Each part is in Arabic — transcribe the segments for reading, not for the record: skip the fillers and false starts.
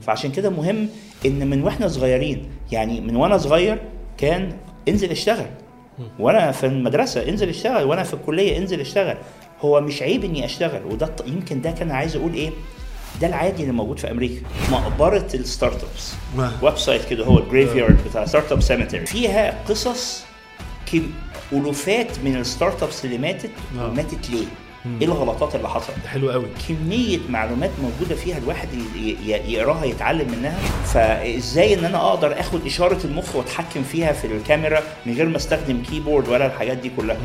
فعشان كده مهم ان من واحنا صغيرين، يعني من وانا صغير كان انزل اشتغل، وانا في المدرسه انزل اشتغل، وانا في الكليه انزل اشتغل. هو مش عيب اني اشتغل، وده يمكن ده كان عايز اقول ايه، ده العادي اللي موجود في امريكا. مقبره الستارت ابس، ويب سايت كده هو الجريف يارد بتاع ستارت اب سيمتري، فيها قصص الوفات من الستارت ابس اللي ماتت وماتت ليه، ايه الغلطات اللي حصلت. حلو قوي، كميه معلومات موجوده فيها الواحد يقراها يتعلم منها. فازاي ان انا اقدر اخد اشاره المخ واتحكم فيها في الكاميرا من غير ما استخدم كيبورد ولا الحاجات دي كلها.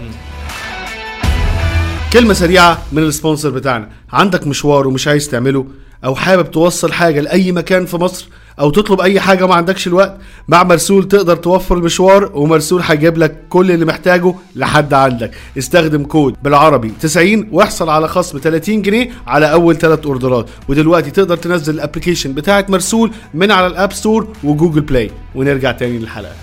كلمة سريعة من السبونسر بتاعنا. عندك مشوار ومش عايز تعمله، او حابب توصل حاجة لأي مكان في مصر، او تطلب اي حاجة ما عندكش الوقت، مع مرسول تقدر توفر المشوار، ومرسول هيجيب لك كل اللي محتاجه لحد عندك. استخدم كود بالعربي 90 واحصل على خصم 30 جنيه على اول 3 اوردرات. ودلوقتي تقدر تنزل الابليكيشن بتاعت مرسول من على الاب ستور وجوجل بلاي. ونرجع تاني للحلقة.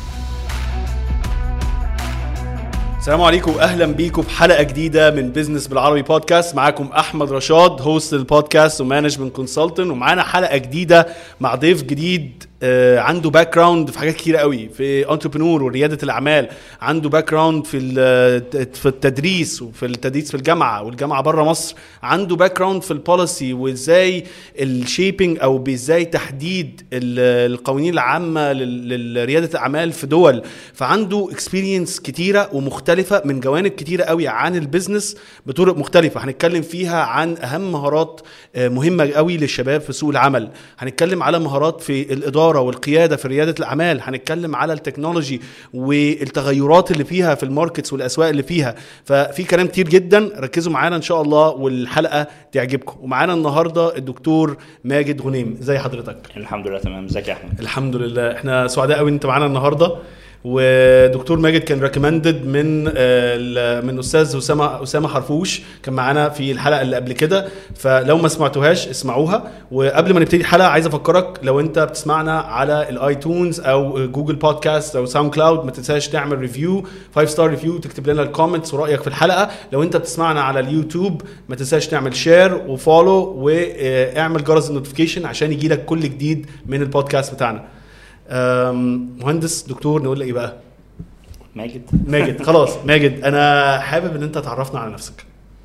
السلام عليكم واهلا بيكم في حلقه جديده من بيزنس بالعربي بودكاست. معاكم احمد رشاد، هوست البودكاست ومانجمنت كونسلتنت، ومعانا حلقه جديده مع ضيف جديد عنده باك جراوند في حاجات كتيره قوي، في انتربرنور ورياده الاعمال، عنده باك جراوند في التدريس وفي التدريس في الجامعه والجامعه بره مصر، عنده باك جراوند في البوليسي وازاي الشيبينج او بازاي تحديد القوانين العامه لرياده الاعمال في دول. فعنده اكسبيرينس كتيره ومختلفه من جوانب كتيره قوي عن البيزنس بطرق مختلفه. هنتكلم فيها عن اهم مهارات مهمه قوي للشباب في سوق العمل، هنتكلم على مهارات في الاداره والقياده في رياده الاعمال، هنتكلم على التكنولوجي والتغيرات اللي فيها في الماركتس والاسواق اللي فيها. ففي كلام كتير جدا، ركزوا معانا ان شاء الله والحلقه تعجبكم. ومعانا النهارده الدكتور ماجد غنيم. ازي حضرتك؟ الحمد لله تمام. ازيك يا احمد؟ الحمد لله، احنا سعداء قوي ان انت معانا النهارده. ودكتور ماجد كان ريكومندد من استاذ اسامه حرفوش، كان معانا في الحلقه اللي قبل كده، فلو ما سمعتوهاش اسمعوها. وقبل ما نبتدي الحلقه عايز افكرك، لو انت بتسمعنا على الايتونز او جوجل بودكاست او ساوند كلاود، ما تنساش تعمل ريفيو 5 ستار ريفيو، تكتب لنا الكومنتس ورايك في الحلقه. لو انت بتسمعنا على اليوتيوب ما تنساش تعمل شير وفولو واعمل جرس النوتيفيكيشن عشان يجيلك كل جديد من البودكاست بتاعنا. مهندس دكتور نقول ايه بقى؟ ماجد خلاص. ماجد، انا حابب ان انت تعرفنا على نفسك.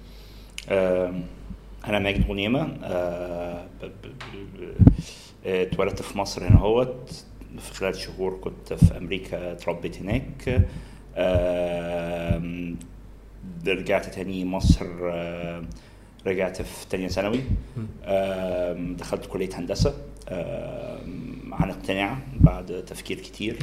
انا ماجد غنيمة، اتولدت في مصر هنا هوت. في خلال شهور كنت في امريكا، اتربيت هناك. رجعت تاني مصر، رجعت في تانية ثانوي، دخلت كلية هندسة عن اقتناع بعد تفكير كتير.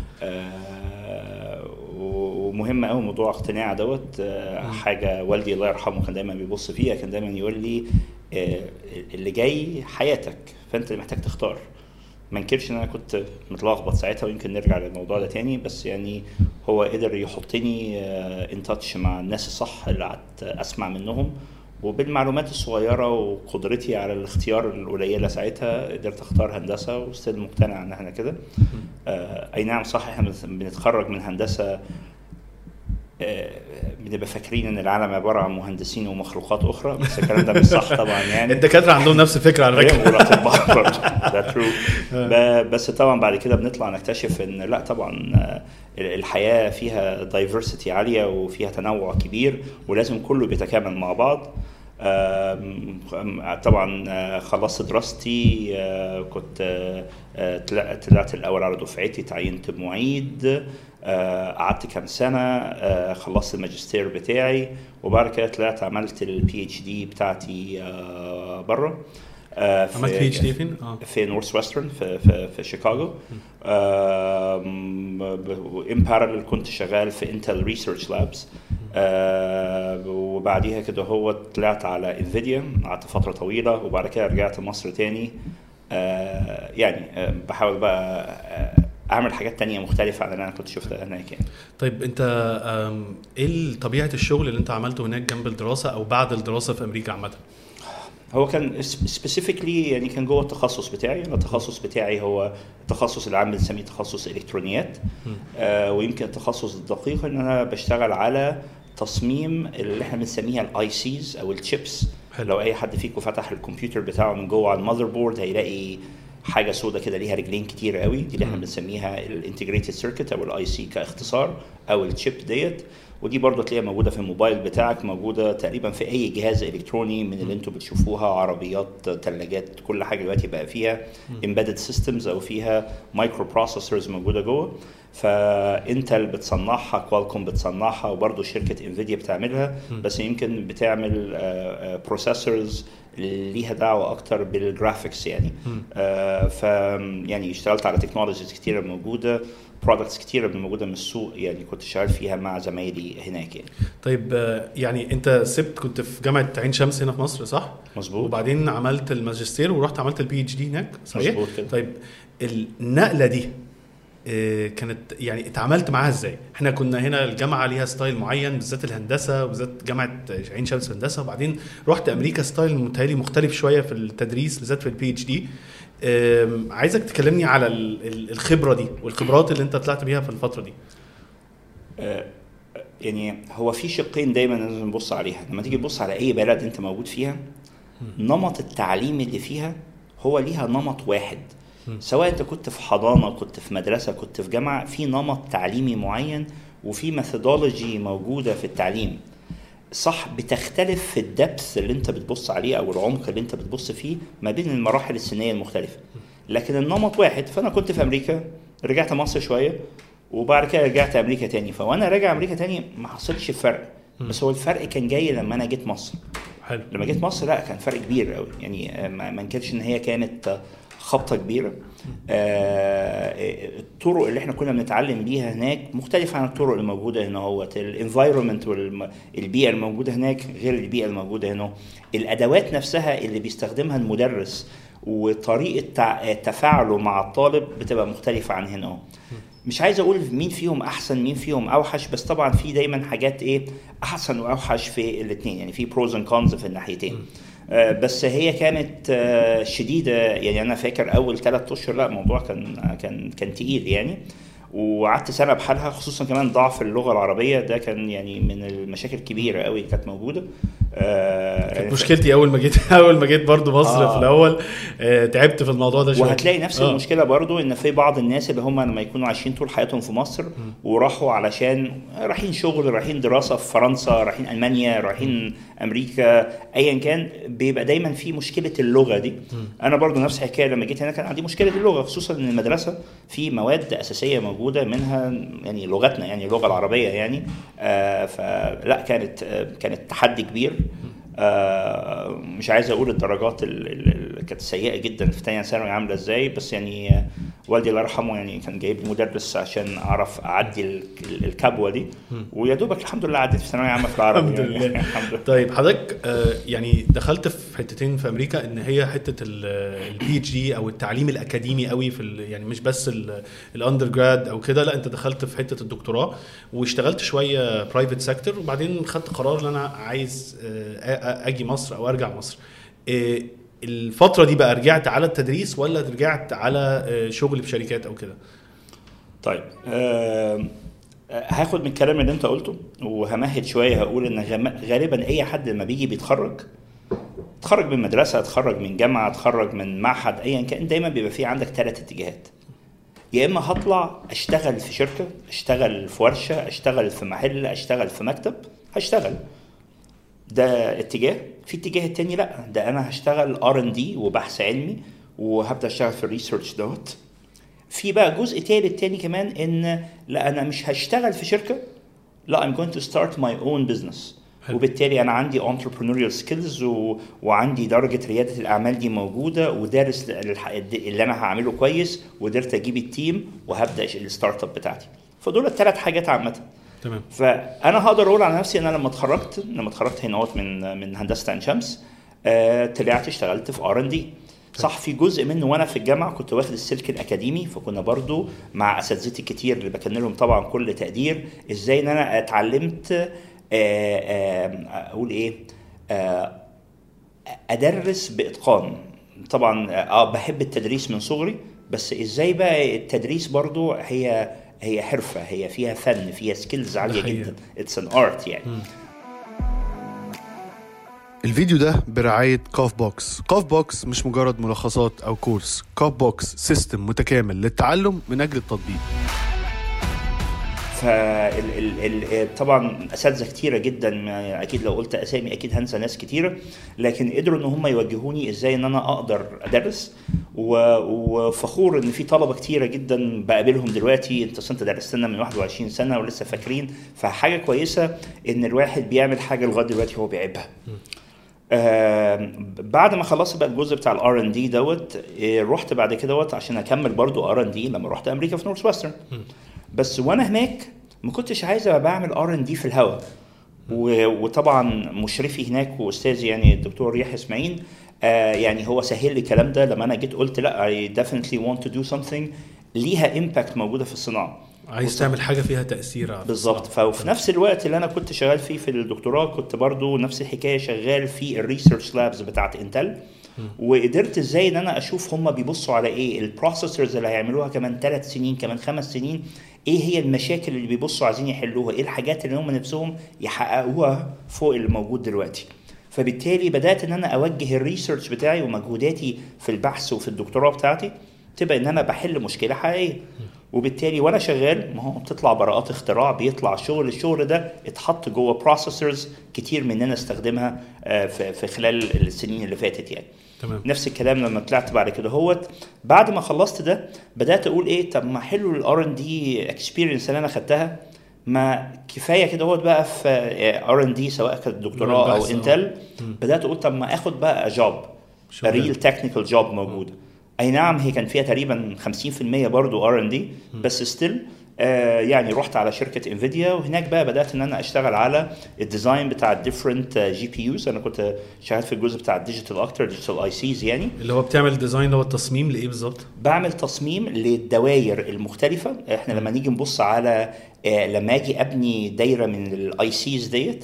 ومهم قوي موضوع اقتناع دوت. حاجة والدي الله يرحمه كان دايما بيبص فيها، كان دايما يقول لي اللي جاي حياتك، فانت اللي محتاج تختار. ما انكرش ان انا كنت متلخبط ساعتها، ويمكن نرجع للموضوع ده تاني، بس يعني هو قدر يحطني ان تاتش مع الناس الصح اللي قعدت اسمع منهم، وبالمعلومات الصغيرة وقدرتي على الاختيار القليلة ساعتها قدرت اختار هندسة، وستيل مقتنع ان احنا كده. اي نعم صح، احنا بنتخرج من هندسة بنبقى فاكرين ان العالم عبارة عن مهندسين ومخلوقات اخرى، بس الكلام ده مش صح طبعا. يعني الدكاترة عندهم نفس الفكرة على فكرة. ده ترو. بس طبعا بعد كده بنطلع نكتشف ان لا، طبعا الحياة فيها دايفرسيتي عالية وفيها تنوع كبير، ولازم كله بيتكامل مع بعض. طبعا خلصت دراستي، كنت طلعت الاول على دفعتي، تعينت معيد، قعدت كام سنة، خلصت الماجستير بتاعي، وبعد كده طلعت عملت البي اتش دي بتاعتي بره. عملت بي اتش دي فين؟ في نورث ويسترن في شيكاغو. ان بارالل كنت شغال في انتل ريسيرش لابس، وبعديها كده هو طلعت على انفيديا، قعدت فترة طويلة، وبعد كده رجعت مصر تاني. يعني بحاول بقى اعمل حاجات تانية مختلفة عن اللي انا كنت شفتها هناك يعني. طيب انت ايه طبيعة الشغل اللي انت عملته هناك جنب الدراسة او بعد الدراسة في امريكا عامة؟ هو كان سبيسيفيكلي يعني كان جوه التخصص بتاعي. انا التخصص بتاعي هو التخصص اللي عم بنسميه تخصص الكترونيات. ويمكن التخصص الدقيق ان انا بشتغل على تصميم اللي احنا بنسميها الاي سيز او الشيبس. لو اي حد فيكم فتح الكمبيوتر بتاعه من جوه على المذر بورد هيلاقي حاجه سودا كده ليها رجلين كتير قوي، دي اللي احنا بنسميها الانتجريتد سيركت او الاي سي كاختصار، او الشيب ديت. ودي برضو تلاقيها موجوده في الموبايل بتاعك، موجوده تقريبا في اي جهاز الكتروني من اللي انتوا بتشوفوها، عربيات، ثلاجات، كل حاجه دلوقتي بقى فيها embedded systems او فيها مايكرو بروسيسورز موجوده جوه. فانتل بتصنعها، كوالكوم بتصنعها، وبرضو شركه انفيديا بتعملها، بس يمكن بتعمل بروسيسورز ليها دعوه اكتر بالجرافيكس يعني. ف يعني اشتغلت على تكنولوجيز كتيره موجوده، برودكتس كتيره موجوده من السوق، يعني كنت شغال فيها مع زمايلي هناك يعني. طيب يعني انت كنت في جامعه عين شمس هنا في مصر صح؟ مظبوط. وبعدين عملت الماجستير ورحت عملت البي اتش دي هناك صحيح؟ مظبوط كده. طيب النقله دي كانت يعني اتعاملت معاها ازاي؟ احنا كنا هنا الجامعه ليها ستايل معين، بالذات الهندسه وبالذات جامعه عين شمس هندسه، وبعدين رحت امريكا ستايل متهيألي مختلف شويه في التدريس بالذات في البي اتش دي. عايزك تكلمني على الخبره دي والخبرات اللي انت طلعت بيها في الفتره دي. يعني هو في شقين دايما لازم نبص عليها لما تيجي تبص على اي بلد انت موجود فيها. نمط التعليم اللي فيها هو ليها نمط واحد، سواء انت كنت في حضانه، كنت في مدرسه، كنت في جامعه، في نمط تعليمي معين وفي ميثودولوجي موجوده في التعليم. صح بتختلف في الدبث اللي انت بتبص عليه او العمق اللي انت بتبص فيه ما بين المراحل السنيه المختلفه، لكن النمط واحد. فانا كنت في امريكا، رجعت مصر شويه، وبعد كده رجعت امريكا تاني. فوانا راجع امريكا تاني ما حصلش فرق، بس هو الفرق كان جاي لما انا جيت مصر. حلو. لما جيت مصر لا كان فرق كبير قوي يعني، ما انكرش ان هي كانت خبطه كبيره. الطرق اللي احنا كنا بنتعلم بيها هناك مختلفه عن الطرق اللي موجوده هنا. هو الانفايرمنت والبيئه الموجوده هناك غير البيئه الموجوده هنا. الادوات نفسها اللي بيستخدمها المدرس وطريقه تفاعله مع الطالب بتبقى مختلفه عن هنا. مش عايز اقول مين فيهم احسن مين فيهم اوحش، بس طبعا في دايما حاجات احسن واوحش في الاثنين، يعني في بروز اند كونز في الناحيتين. بس هي كانت شديده يعني. انا فاكر اول 3 اشهر لا الموضوع كان تقيل يعني، وقعدت سنه بحالها، خصوصا كمان ضعف اللغه العربيه ده كان يعني من المشاكل الكبيره قوي اللي كانت موجوده. كانت مشكلتي اول ما جيت برضو مصر في الاول تعبت في الموضوع ده شويه. وهتلاقي نفس المشكله برضو، ان في بعض الناس اللي هم لما يكونوا عايشين طول حياتهم في مصر وراحوا علشان رايحين شغل، رايحين دراسه في فرنسا، رايحين المانيا، رايحين امريكا، ايا كان، بيبقى دايما في مشكله اللغه دي. انا برضو نفس الحكايه لما جيت هنا كان عندي مشكله اللغه، خصوصا ان المدرسه في مواد اساسيه موجوده منها يعني لغتنا، يعني اللغه العربيه يعني. فلا كانت تحدي كبير. مش عايز اقول الدرجات اللي كانت سيئه جدا في ثانيه ثانوي عامله ازاي، بس يعني والدي الله يرحمه يعني كان جايب لي مدرس عشان اعرف اعدي الكبوه دي، ويا دوبك الحمد لله عديت في ثانويه عامه في العربي. الحمد لله. طيب حضرتك يعني دخلت في حتتين في امريكا، ان هي حته البي اتش دي او التعليم الاكاديمي قوي في يعني مش بس الاندر جراد او كده، لا انت دخلت في حته الدكتوراه واشتغلت شويه برايفت سيكتور، وبعدين خدت قرار ان انا عايز اجي مصر او ارجع مصر. الفتره دي بقى رجعت على التدريس ولا رجعت على شغل في شركات او كده؟ طيب هاخد من الكلام اللي انت قلته وهمهد شويه، هقول ان غالبا اي حد لما بيجي بيتخرج من مدرسه، اتخرج من جامعه، اتخرج من معهد، ايا كان، دايما بيبقى فيه عندك 3 اتجاهات. يا اما هطلع اشتغل في شركه، اشتغل في ورشه، اشتغل في محل، اشتغل في مكتب، هشتغل، ده اتجاه. في اتجاه التاني لا، ده انا هشتغل R&D وبحث علمي وهبدا اشتغل في الريسيرش دوت. في بقى جزء تاني كمان، ان لا انا مش هشتغل في شركه، لا I'm going to start my own business. وبالتالي انا عندي entrepreneurial skills وعندي درجه رياده الاعمال دي موجوده، ودارس اللي انا هعمله كويس، وقدرت اجيب التيم وهبدا الستارت اب بتاعتي. فدول 3 حاجات عامه. تمام. فانا هقدر اقول على نفسي ان انا لما اتخرجت هنا من هندسه عين شمس، طلعت اشتغلت في R&D. صح في جزء منه وانا في الجامعه كنت واخد السلك الاكاديمي، فكنا برضو مع اساتذتي كتير اللي بكن لهم طبعا كل تقدير، ازاي ان انا اتعلمت اقول ادرس باتقان. طبعا بحب التدريس من صغري، بس ازاي بقى التدريس برضو هي حرفه، هي فيها فن، فيها سكيلز عاليه جدا. It's an art يعني. الفيديو ده برعاية كوف بوكس. كوف بوكس مش مجرد ملخصات أو كورس، كوف بوكس سيستم متكامل للتعلم من أجل التطبيق. طبعا اساتذه كتيره جدا، اكيد لو قلت اسامي اكيد هنسى ناس كتيره، لكن قدروا ان هم يوجهوني ازاي ان انا اقدر ادرس. وفخور ان في طلبه كتيره جدا بقابلهم دلوقتي. انت درست لنا من 21 سنه ولسه فاكرين، فحاجه كويسه ان الواحد بيعمل حاجه لغايه دلوقتي هو بيعيبها. بعد ما خلصت بقى الجزء بتاع R&D دوت، رحت بعد كده عشان اكمل برضو R&D لما رحت امريكا في نورث ويسترن. بس وانا هناك ما كنتش عايز ابقى بعمل R&D في الهواء. وطبعا مشرفي هناك واستاذي يعني الدكتور يحيى اسماعيل يعني هو سهل لي الكلام ده لما انا جيت قلت لا I definitely want to do something ليها impact موجوده في الصناعه، عايز تعمل حاجه فيها تاثير بالظبط. ففي نفس الوقت اللي انا كنت شغال فيه في الدكتوراه كنت برضو نفس الحكايه شغال في الريسيرش لابز بتاعت انتل. وقدرت ازاي ان انا اشوف هم بيبصوا على ايه البروسيسورز اللي هيعملوها كمان 3 سنين كمان 5 سنين، ايه هي المشاكل اللي بيبصوا عايزين يحلوها، ايه الحاجات اللي هم نفسهم يحققوها فوق اللي موجود دلوقتي. فبالتالي بدات ان انا اوجه الريسيرش بتاعي ومجهوداتي في البحث وفي الدكتوراه بتاعتي تبقى ان انا بحل مشكله حقيقيه. وبالتالي وانا شغال ما هو بتطلع براءات اختراع، بيطلع الشغل ده اتحط جوه بروسيسورز كتير مننا استخدمها في خلال السنين اللي فاتت يعني. تمام. نفس الكلام لما طلعت بعد كده بعد ما خلصت ده بدات اقول ايه، طب ما حلو الR&D اكسبيرينس اللي انا خدتها، ما كفايه كده بقى في R&D سواء كانت دكتوراه او انتل. بدات اقول طب ما اخد بقى جوب ريل تكنيكال جوب موجوده. اي نعم هي كان فيها تقريبا 50% برضو R&D بس ستيل يعني رحت على شركه انفيديا، وهناك بقى بدات ان انا اشتغل على الديزاين بتاع الديفرنت GPUs. انا كنت شغال في الجزء بتاع الديجيتال اكتر، ديجيتال ICs يعني، اللي هو بتعمل ديزاين هو التصميم لايه بالظبط؟ بعمل تصميم للدوائر المختلفه. احنا لما نيجي نبص على لما اجي ابني دايره من الICs ديت،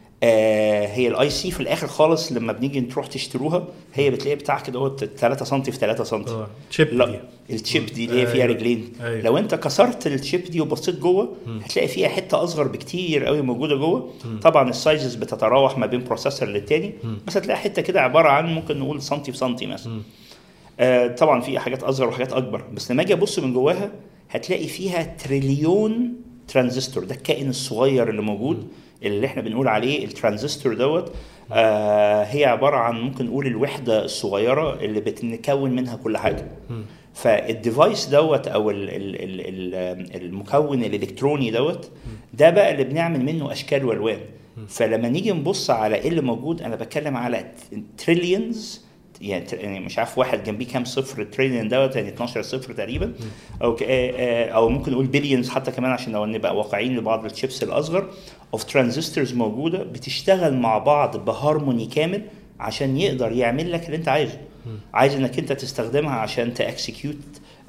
هي الIC في الاخر خالص لما بنيجي نروح تشتروها هي بتلاقي بتاع كده 3 سم في 3 سم. الشيب دي اللي هي فيها رجلين. لو انت كسرت الشيب دي وبصيت جوه هتلاقي فيها حته اصغر بكتير قوي موجوده جوه. طبعا السايزز بتتراوح ما بين بروسيسور للتاني، بس هتلاقي حته كده عباره عن ممكن نقول سنتي في سنتي مثلا. طبعا في حاجات اصغر وحاجات اكبر، بس لما اجي ابص من جواها هتلاقي فيها تريليون ترانزستور. ده الكائن الصغير اللي موجود اللي احنا بنقول عليه الترانزستور دوت. هي عباره عن ممكن نقول الوحده الصغيره اللي بتكون منها كل حاجه. فالديفايس دوت او المكون الالكتروني دوت ده بقى اللي بنعمل منه اشكال والوان. فلما نيجي نبص على ايه اللي موجود، انا بتكلم على تريليونز، يعني مش عارف واحد جنبيه كام صفر، تريليون دوت يعني 12 صفر تقريبا، او ممكن نقول بليونز حتى كمان عشان لو نبقى واقعيين لبعض الشيبس الاصغر اوف ترانزستورز موجوده بتشتغل مع بعض بهارموني كامل عشان يقدر يعمل لك اللي انت عايزه. عايز انك انت تستخدمها عشان تاكسكيوت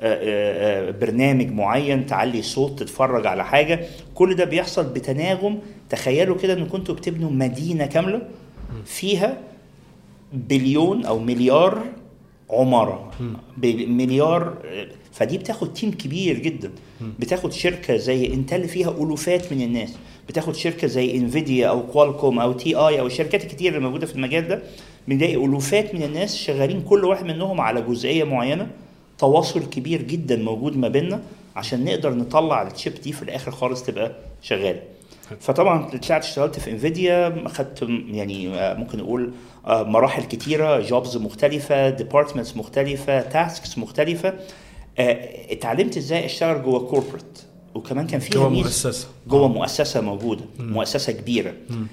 برنامج معين، تعلي صوت، تتفرج على حاجه. كل ده بيحصل بتناغم. تخيلوا كده ان كنتوا بتبنوا مدينه كامله فيها بليون او مليار عماره، بمليار. فدي بتاخد تيم كبير جدا. بتاخد شركه زي انتل فيها الوفات من الناس، بتاخد شركه زي انفيديا او كوالكوم او TI او الشركات الكتير اللي موجوده في المجال ده، بنلاقي الوفات من الناس شغالين كل واحد منهم على جزئيه معينه. تواصل كبير جدا موجود ما بيننا عشان نقدر نطلع الشيب دي في الاخر خالص تبقى شغاله. فطبعا طلعت اشتغلت في انفيديا، اخدت يعني ممكن نقول مراحل كتيره، جوبز مختلفه، ديبارتمنتس مختلفه، تاسكس مختلفه. اتعلمت ازاي اشتغل جوه كوربريت، وكمان كان فيها جوه مؤسسه موجوده، مؤسسه كبيره.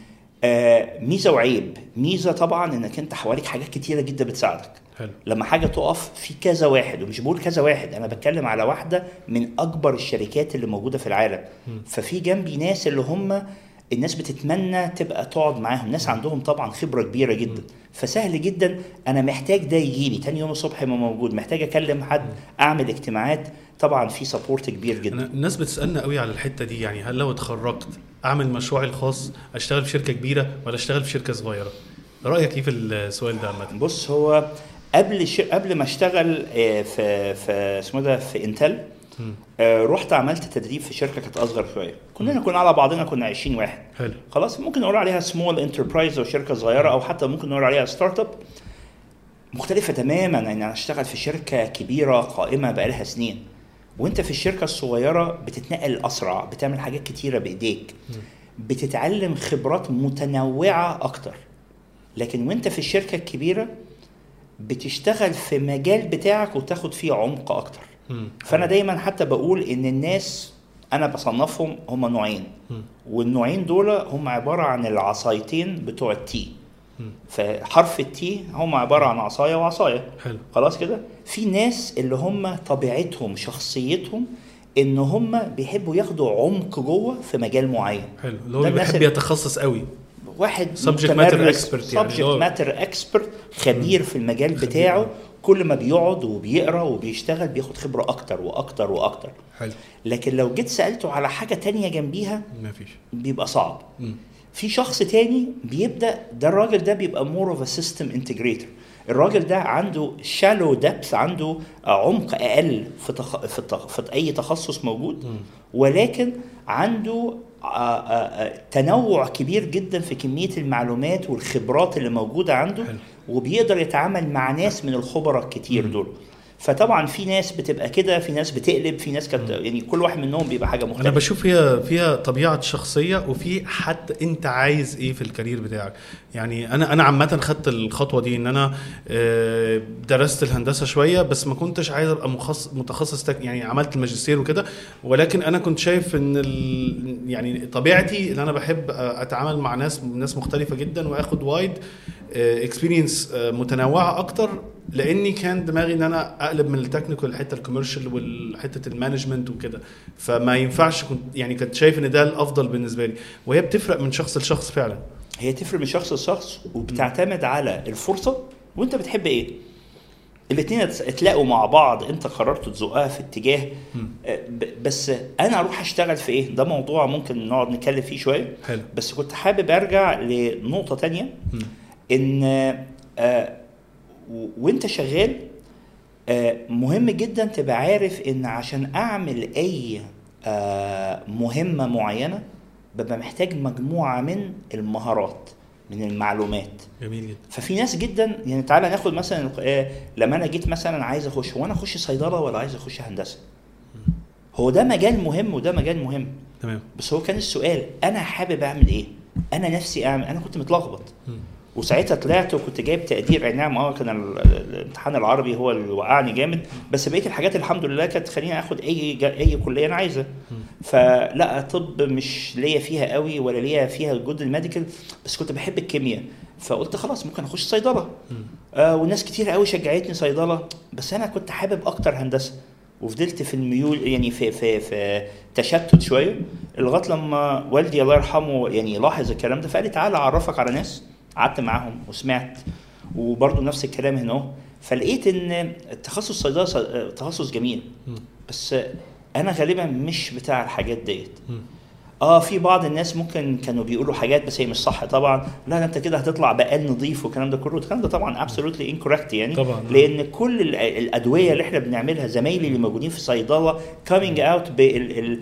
ميزه وعيب. ميزه طبعا انك انت حواليك حاجات كتيره جدا بتساعدك. حلو. لما حاجه تقف في كذا واحد، ومش بقول كذا واحد، انا بتكلم على واحده من اكبر الشركات اللي موجوده في العالم. ففي جنبي ناس اللي هم الناس بتتمنى تبقى تقعد معاهم، ناس عندهم طبعا خبره كبيره جدا. فسهل جدا انا محتاج ده يجي لي تاني يوم الصبح ما موجود، محتاج اكلم حد، اعمل اجتماعات. طبعا في سبورت كبير جدا. الناس بتسالنا قوي على الحته دي، يعني هل لو اتخرجت اعمل مشروعي الخاص، اشتغل في شركه كبيره ولا اشتغل في شركه صغيره؟ رايك ايه في السؤال ده عامه؟ بص، هو قبل ما اشتغل في اسمه ده في انتل، رحت عملت تدريب في شركه كانت اصغر شويه، كنا على بعضنا كنا 20 واحد. حلو. خلاص ممكن نقول عليها سمول انتربرايز او شركه صغيره، او حتى ممكن نقول عليها ستارت اب. مختلفه تماما ان انا اشتغل في شركه كبيره قائمه بقالها سنين، وانت في الشركه الصغيره بتتنقل اسرع، بتعمل حاجات كتيره بايديك، بتتعلم خبرات متنوعه اكتر. لكن وانت في الشركه الكبيره بتشتغل في مجال بتاعك وتاخد فيه عمق اكتر. فانا دايما حتى بقول ان الناس انا بصنفهم هم نوعين، والنوعين دول هم عباره عن العصايتين بتوع التي. فحرف التي هم عباره عن عصايه وعصايه. حلو. خلاص كده. في ناس اللي هم طبيعتهم شخصيتهم ان هم بيحبوا ياخدوا عمق جوه في مجال معين. حلو. اللي هو بيحب يتخصص قوي، واحد subject matter expert، يعني subject matter expert، خبير في المجال بتاعه. كل ما بيقعد وبيقرأ وبيشتغل بياخد خبرة أكتر وأكتر وأكتر. حلو. لكن لو جيت سألته على حاجة تانية جنبيها مفيش، بيبقى صعب. في شخص تاني بيبدأ، ده الراجل ده بيبقى more of a system integrator. الراجل ده عنده shallow depth، عنده عمق أقل في أي تخصص موجود، ولكن عنده تنوع كبير جدا في كمية المعلومات والخبرات اللي موجودة عنده. حلو. وبيقدر يتعامل مع ناس من الخبراء الكتير دول. فطبعا في ناس بتبقى كده، في ناس بتقلب، في ناس يعني كل واحد منهم بيبقى حاجه مختلفه. انا بشوف فيها طبيعه شخصيه، وفي حتى انت عايز ايه في الكارير بتاعك. يعني انا عامه خدت الخطوه دي ان انا درست الهندسه شويه، بس ما كنتش عايز ابقى متخصص يعني عملت الماجستير وكده، ولكن انا كنت شايف ان يعني طبيعتي ان انا بحب اتعامل مع ناس مختلفه جدا، واخد وايد اكسبيرينس متنوعه اكتر، لاني كان دماغي ان انا اقلب من التكنيكال لحته الكوميرشال والحته المانجمنت وكده. فما ينفعش، كنت شايف ان ده الافضل بالنسبه لي. وهي بتفرق من شخص لشخص فعلا، هي تفرق من شخص لشخص، وبتعتمد على الفرصه وانت بتحب ايه. الاثنين اتلاقوا مع بعض، انت قررت تزقها في اتجاه. بس انا اروح اشتغل في ايه، ده موضوع ممكن نقعد نتكلم فيه شويه. حلو. بس كنت حابب ارجع لنقطه تانية. ان وانت شغال مهم جدا تبقى عارف ان عشان اعمل اي مهمة معينة ببقى محتاج مجموعة من المهارات، من المعلومات. جميل جدا. ففي ناس جدا، يعني تعالى ناخد مثلا لما انا جيت مثلا عايز اخش، وانا اخش صيدلة ولا عايز اخش هندسة. هو ده مجال مهم وده مجال مهم. تمام. بس هو كان السؤال انا حابب اعمل ايه، انا نفسي اعمل. انا كنت متلخبط. وساعتها طلعت وكنت جايب تقدير، نعم كان الامتحان العربي هو اللي وقعني جامد، بس بقيه الحاجات الحمد لله كانت تخليني اخد اي كليه انا عايزه. فلا طب مش ليا فيها قوي ولا ليا فيها جود الميديكال، بس كنت بحب الكيمياء، فقلت خلاص ممكن اخش صيدله. والناس كتير قوي شجعتني صيدله، بس انا كنت حابب اكتر هندسه، وفضلت في الميول، يعني في تشتت شويه، لغايه لما والدي الله يرحمه يعني لاحظ الكلام ده، فقال لي تعالى اعرفك على ناس. قعدت معاهم وسمعت، وبرضه نفس الكلام هنا. فلقيت ان التخصص صيدله تخصص جميل، بس انا غالبا مش بتاع الحاجات ديت. في بعض الناس ممكن كانوا بيقولوا حاجات بس هي مش صح طبعا. لا انت كده هتطلع بقال نظيف والكلام ده كله. الكلام ده طبعا absolutely incorrect يعني طبعا. لان كل الادويه اللي احنا بنعملها، زمايلي اللي موجودين في الصيدله coming out بال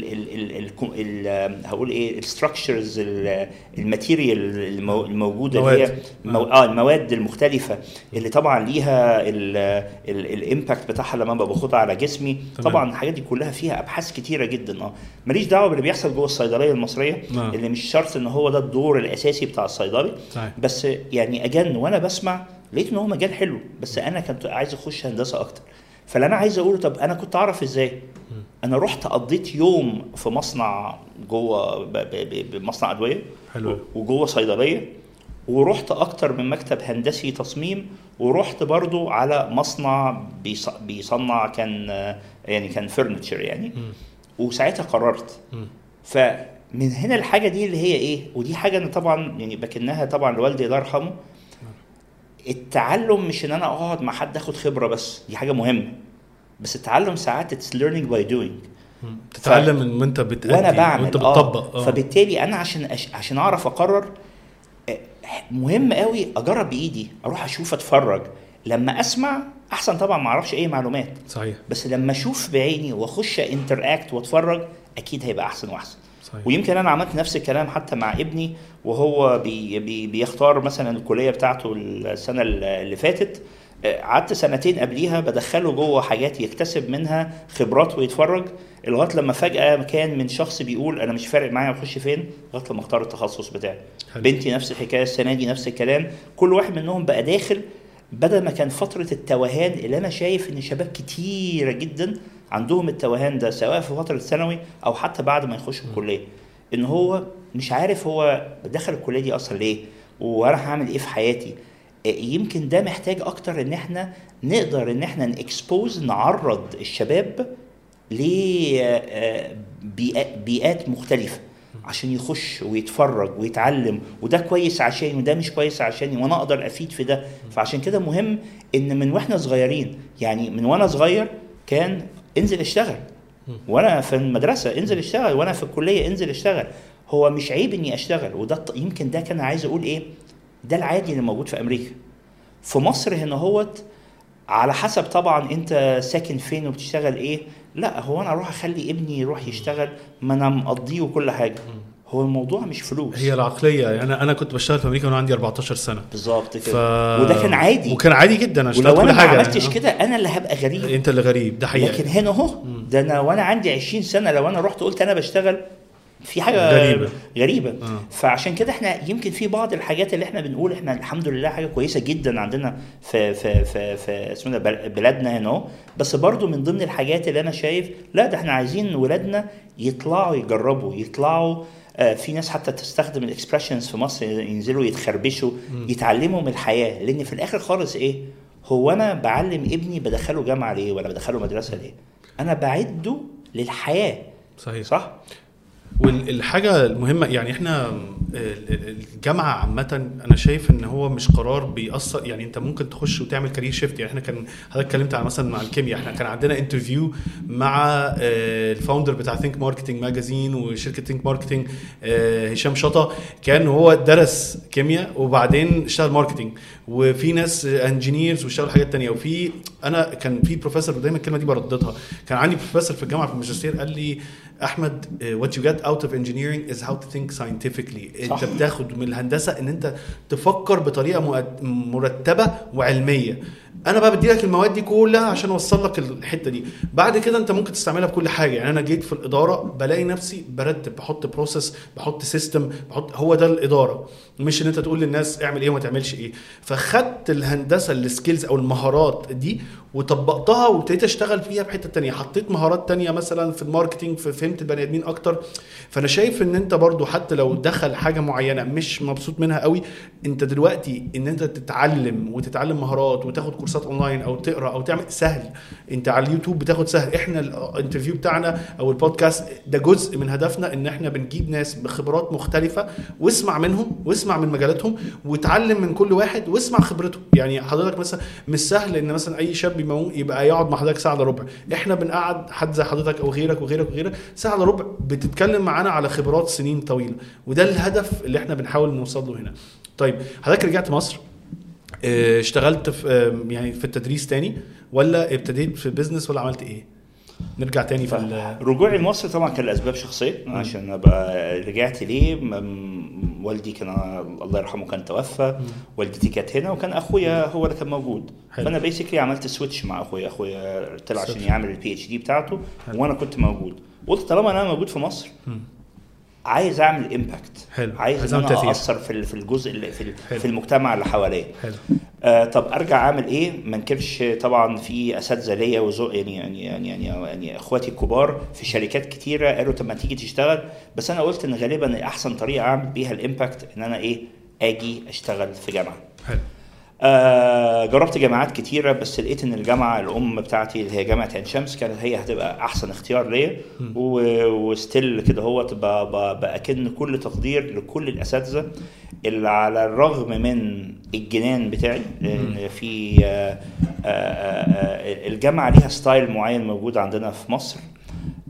هقول ايه الستراكشرز الماتيريال الموجوده اللي هي المواد المختلفه اللي طبعا ليها الامباكت بتاعها لما باخدها على جسمي. طبعا الحاجات دي كلها فيها ابحاث كتيره جدا. ماليش دعوه باللي بيحصل جوه الصيدليه المصريه اللي مش شرط ان هو ده الدور الاساسي بتاع الصيدلي. بس يعني اجن وانا بسمع لقيت ان هو مجال حلو، بس انا كنت عايز اخش هندسه اكتر. فاللي انا عايز اقوله طب انا كنت اعرف ازاي؟ انا رحت قضيت يوم في مصنع جوه بمصنع ادويه وجوه صيدليه، ورحت اكتر من مكتب هندسي تصميم، ورحت برضو على مصنع بيصنع كان فرنتشر يعني. وساعتها قررت. فمن هنا الحاجه دي اللي هي ايه، ودي حاجه انا طبعا يعني بكنها طبعا لوالدي الله يرحمه، التعلم مش ان انا اقعد مع حد اخد خبره بس، دي حاجه مهمه، بس التعلم ساعات it's learning by doing. تتعلم من وانت بتأدي وانا بعمل وانت بتطبق. فبالتالي انا عشان اعرف اقرر مهم قوي اجرب بايدي، اروح اشوف اتفرج. لما اسمع احسن طبعا ما اعرفش اي معلومات صحيح. بس لما اشوف بعيني واخش انتراكت واتفرج اكيد هيبقى احسن واحسن. صحيح. ويمكن انا عملت نفس الكلام حتى مع ابني وهو بيختار مثلا الكليه بتاعته السنه اللي فاتت. قعدت سنتين قبليها بدخله جوه حاجات يكتسب منها خبرات ويتفرج لغايه لما فجاه كان من شخص بيقول انا مش فارق معايا اخش فين لغايه لما اختار التخصص بتاعي. بنتي نفس الحكايه السنه دي نفس الكلام. كل واحد منهم بقى داخل بدل ما كان فتره التوهان اللي انا شايف ان شباب كتيره جدا عندهم التوهان ده سواء في فتره ثانوي او حتى بعد ما يخش الكليه ان هو مش عارف هو دخل الكليه دي اصلا ليه وانا هعمل ايه في حياتي. يمكن ده محتاج اكتر ان احنا نقدر ان احنا نكسبوز نعرض الشباب لبيئات مختلفة عشان يخش ويتفرج ويتعلم وده كويس عشاني وده مش كويس عشاني وانا اقدر افيد في ده. فعشان كده مهم ان من واحنا صغيرين يعني من وانا صغير كان انزل اشتغل وانا في المدرسة انزل اشتغل وانا في الكلية انزل اشتغل. هو مش عيب اني اشتغل وده يمكن ده كان عايز اقول ايه ده العادي اللي موجود في امريكا. في مصر هنا هوت على حسب طبعا انت ساكن فين وبتشتغل ايه. لا هو انا اروح اخلي ابني يروح يشتغل ما انا مقضيه وكل حاجه. هو الموضوع مش فلوس هي العقليه. يعني انا كنت بشتغل في امريكا وانا عندي 14 سنه بالظبط كده وده كان عادي وكان عادي جدا ولو انا ما عملتش كده انا اللي هبقى غريب. انت اللي غريب ده حقيقي. لكن هنا اهو ده انا وانا عندي 20 سنه لو انا رحت قلت انا بشتغل في حاجه غريبه. فعشان كده احنا يمكن في بعض الحاجات اللي احنا بنقول احنا الحمد لله حاجه كويسه جدا عندنا في اسمنا بلادنا هنا. بس برضو من ضمن الحاجات اللي انا شايف لا ده احنا عايزين ولادنا يطلعوا يجربوا يطلعوا. في ناس حتى تستخدم الاكسبريشنز في مصر ينزلوا يتخربشوا يتعلموا من الحياه. لان في الاخر خالص ايه هو انا بعلم ابني بدخله جامعه ليه ولا بدخله مدرسه ليه؟ انا بعده للحياه. صح. والحاجة المهمة يعني احنا الجامعة عامة انا شايف ان هو مش قرار بيأثر. يعني انت ممكن تخش وتعمل كارير شيفت. يعني احنا كان حضرتك اتكلمت على مثلا مع الكيمياء احنا كان عندنا انترفيو مع الفاوندر بتاع ثينك ماركتنج ماجازين وشركة ثينك ماركتنج هشام شطة. كان هو درس كيمياء وبعدين اشتغل ماركتنج وفي ناس انجينيرز واشتغلوا حاجات تانية. وفي انا كان في بروفيسور ودايما الكلمة دي برددها. كان عندي بروفيسور في الجامعة في الماجستير قال لي احمد what you get out of engineering is how to think scientifically. انت بتاخد من الهندسه ان انت تفكر بطريقه مرتبه وعلميه. انا بقى بدي لك المواد دي كلها عشان اوصل لك الحته دي. بعد كده انت ممكن تستعملها في كل حاجه. يعني انا جيت في الاداره بلاقي نفسي برتب بحط بروسيس بحط سيستم بحط. هو ده الاداره مش ان انت تقول للناس اعمل ايه وما تعملش ايه. فخدت الهندسه السكيلز او المهارات دي وطبقتها وابتديت اشتغل فيها بحته تانية. حطيت مهارات تانية مثلا في الماركتينج فهمت البني ادمين اكتر. فانا شايف ان انت برضو حتى لو دخل حاجه معينه مش مبسوط منها قوي انت دلوقتي ان انت تتعلم وتتعلم مهارات وتاخد كورسات اونلاين او تقرا او تعمل سهل. انت على اليوتيوب بتاخد سهل. احنا الانترفيو بتاعنا او البودكاست ده جزء من هدفنا ان احنا بنجيب ناس بخبرات مختلفه واسمع منهم واسمع من مجالاتهم وتعلم من كل واحد واسمع خبرته. يعني حضرتك مثلا مش سهل ان مثلا اي شاب يبقى يقعد مع حضرتك ساعه الا ربع. احنا بنقعد حد زي حضرتك او غيرك وغيرك وغيرك ساعه الا ربع بتتكلم معانا على خبرات سنين طويله. وده الهدف اللي احنا بنحاول نوصل له هنا. طيب حضرتك رجعت مصر اشتغلت في يعني في التدريس تاني ولا ابتديت في بيزنس ولا عملت ايه؟ نرجع تاني في رجوعي لمصر طبعا كان لاسباب شخصيه عشان ابقى رجعت ليه. والدي كان الله يرحمه كان توفى. والدتي كانت هنا وكان اخويا هو اللي كان موجود. فانا بيسكلي عملت سويتش مع اخويا طلع عشان يعمل البي اتش دي بتاعته وانا كنت موجود. قلت طالما انا موجود في مصر عايز اعمل امباكت. عايز ان انا اثر في الجزء اللي في المجتمع اللي حواليا. طب ارجع اعمل ايه؟ ما انكرش طبعا في اساتذه ليا وذوق يعني اخواتي الكبار في شركات كتيره قالوا طب ما تيجي تشتغل. بس انا قلت ان غالبا احسن طريقه اعمل بيها الامباكت ان انا اجي اشتغل في جامعه. جربت جامعات كتيرة بس لقيت ان الجامعة الام بتاعتي اللي هي جامعة عين شمس كانت هي هتبقى احسن اختيار ليا. وستيل كده هو بأكن كل تقدير لكل الاساتذة اللي على الرغم من الجنان بتاعي في الجامعة ليها ستايل معين موجود عندنا في مصر.